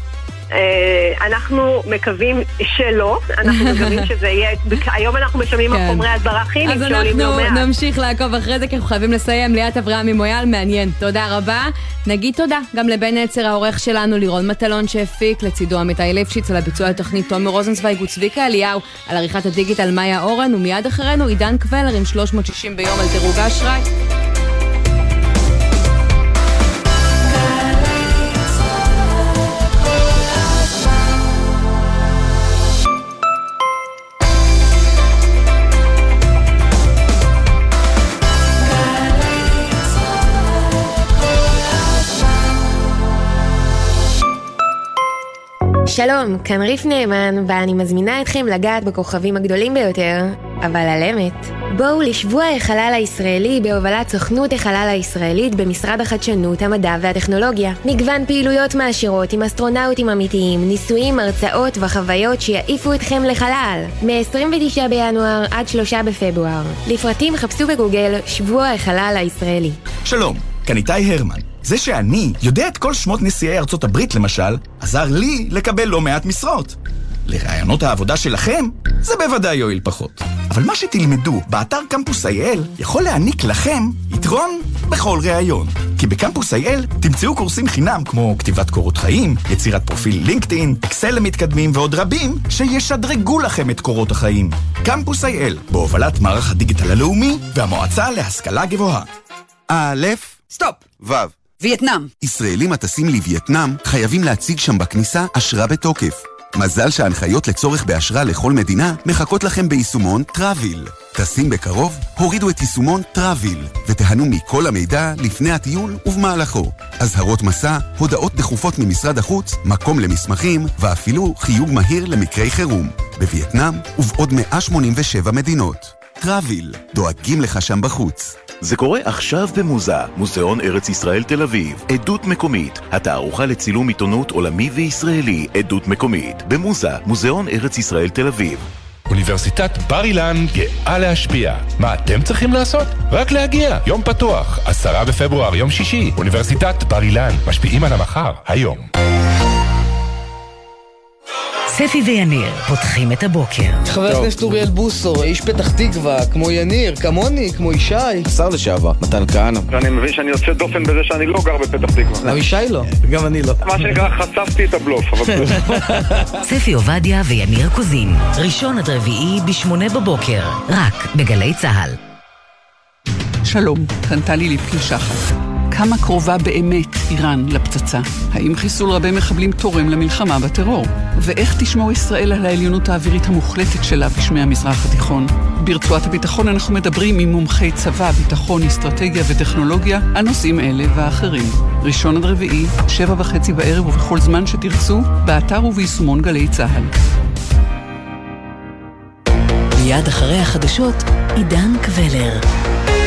אנחנו מקווים שלא, אנחנו מקווים שזה יהיה, היום אנחנו משלמים על חומרי הדברה כימיים שעולים לא מעט. אז אנחנו נמשיך לעקוב אחרי זה, כי אנחנו חייבים לסיים. ליאת אברהמי מויאל, מעניין, תודה רבה. נגיד תודה גם לבן עצר העורך שלנו, לירון מטלון שהפיק, לצידו עמיתי ליפשיץ, על הביצוע התוכנית תומר רוזנצוויג וצביקה אליהו, על עריכת הדיגיטל מאיה אורן, ומיד אחרינו עידן קבלר עם 360 ביום על דירוג האשראי. שלום, כאן ריף נאמן, ואני מזמינה אתכם לגעת בכוכבים הגדולים ביותר אבל על אמת. בואו לשבוע החלל הישראלי בהובלת סוכנות החלל הישראלית במשרד החדשנות, המדע והטכנולוגיה. מגוון פעילויות מעשירות עם אסטרונאוטים אמיתיים, ניסויים, הרצאות וחוויות שיעיפו אתכם לחלל. מ-29 בינואר עד 3 בפברואר. לפרטים חפשו בגוגל שבוע החלל הישראלי. שלום, כאן איתי הרמן. זה שאני יודע את כל שמות נשיאי ארצות הברית למשל, עזר לי לקבל לא מעט משרות. לרעיונות העבודה שלכם, זה בוודאי יועיל פחות. אבל מה שתלמדו באתר קמפוס IL יכול להעניק לכם יתרון בכל רעיון. כי בקמפוס IL תמצאו קורסים חינם כמו כתיבת קורות חיים, יצירת פרופיל לינקדאין, אקסל למתקדמים ועוד רבים שישדרגו לכם את קורות החיים. קמפוס IL, בהובלת מערך הדיגיטל הלאומי והמועצה להשכלה גבוהה. א', סטופ. ו'. וייטנאם. ישראלים הטסים לווייטנאם חייבים להציג שם בכניסה אשרה בתוקף. מזל שההנחיות לצורך באשרה לכל מדינה מחכות לכם ביישומון טראביל. טסים בקרוב, הורידו את יישומון טראביל ותהנו מכל המידע לפני הטיול ובמהלכו. אזהרות מסע, הודעות דחופות ממשרד החוץ, מקום למסמכים ואפילו חיוג מהיר למקרי חירום. בווייטנאם ובעוד 187 מדינות. טראביל, דואגים לך שם בחוץ. זה קורה עכשיו במוזה, מוזיאון ארץ ישראל תל אביב, עדות מקומית, התערוכה לצילום עיתונות עולמי וישראלי, עדות מקומית, במוזה, מוזיאון ארץ ישראל תל אביב. אוניברסיטת בר אילן גאה להשפיע. מה אתם צריכים לעשות? רק להגיע. יום פתוח, 10 בפברואר, יום שישי. אוניברסיטת בר אילן, משפיעים על המחר, היום. ספי ויניר פותחים את הבוקר. חבר הכנסת אוריאל בוסו, איש פתח תקווה, כמו יניר, כמוני, כמו ישי. שר לשעבר, מתן כהנא. ואני מבין שאני יוצא דופן בזה שאני לא גר בפתח תקווה. לא, ישי לא, גם אני לא. מה שנקרא, חשפתי את הבלוף. ספי עובדיה ויניר קוזין, ראשון עד רביעי ב8 בבוקר, רק בגלי צהל. שלום, כאן טלי ליפקין שחר. כמה קרובה באמת איראן לפצצה? האם חיסול רבי מחבלים תורם למלחמה בטרור? ואיך תשמור ישראל על העליונות האווירית המוחלטת שלה בשמי המזרח התיכון? ברצועת הביטחון אנחנו מדברים עם מומחי צבא, ביטחון, אסטרטגיה וטכנולוגיה על נושאים אלה ואחרים. ראשון עד רביעי, 7:30 בערב ובכל זמן שתרצו, באתר וביישומון גלי צהל. מיד אחרי החדשות, עידן קבלר.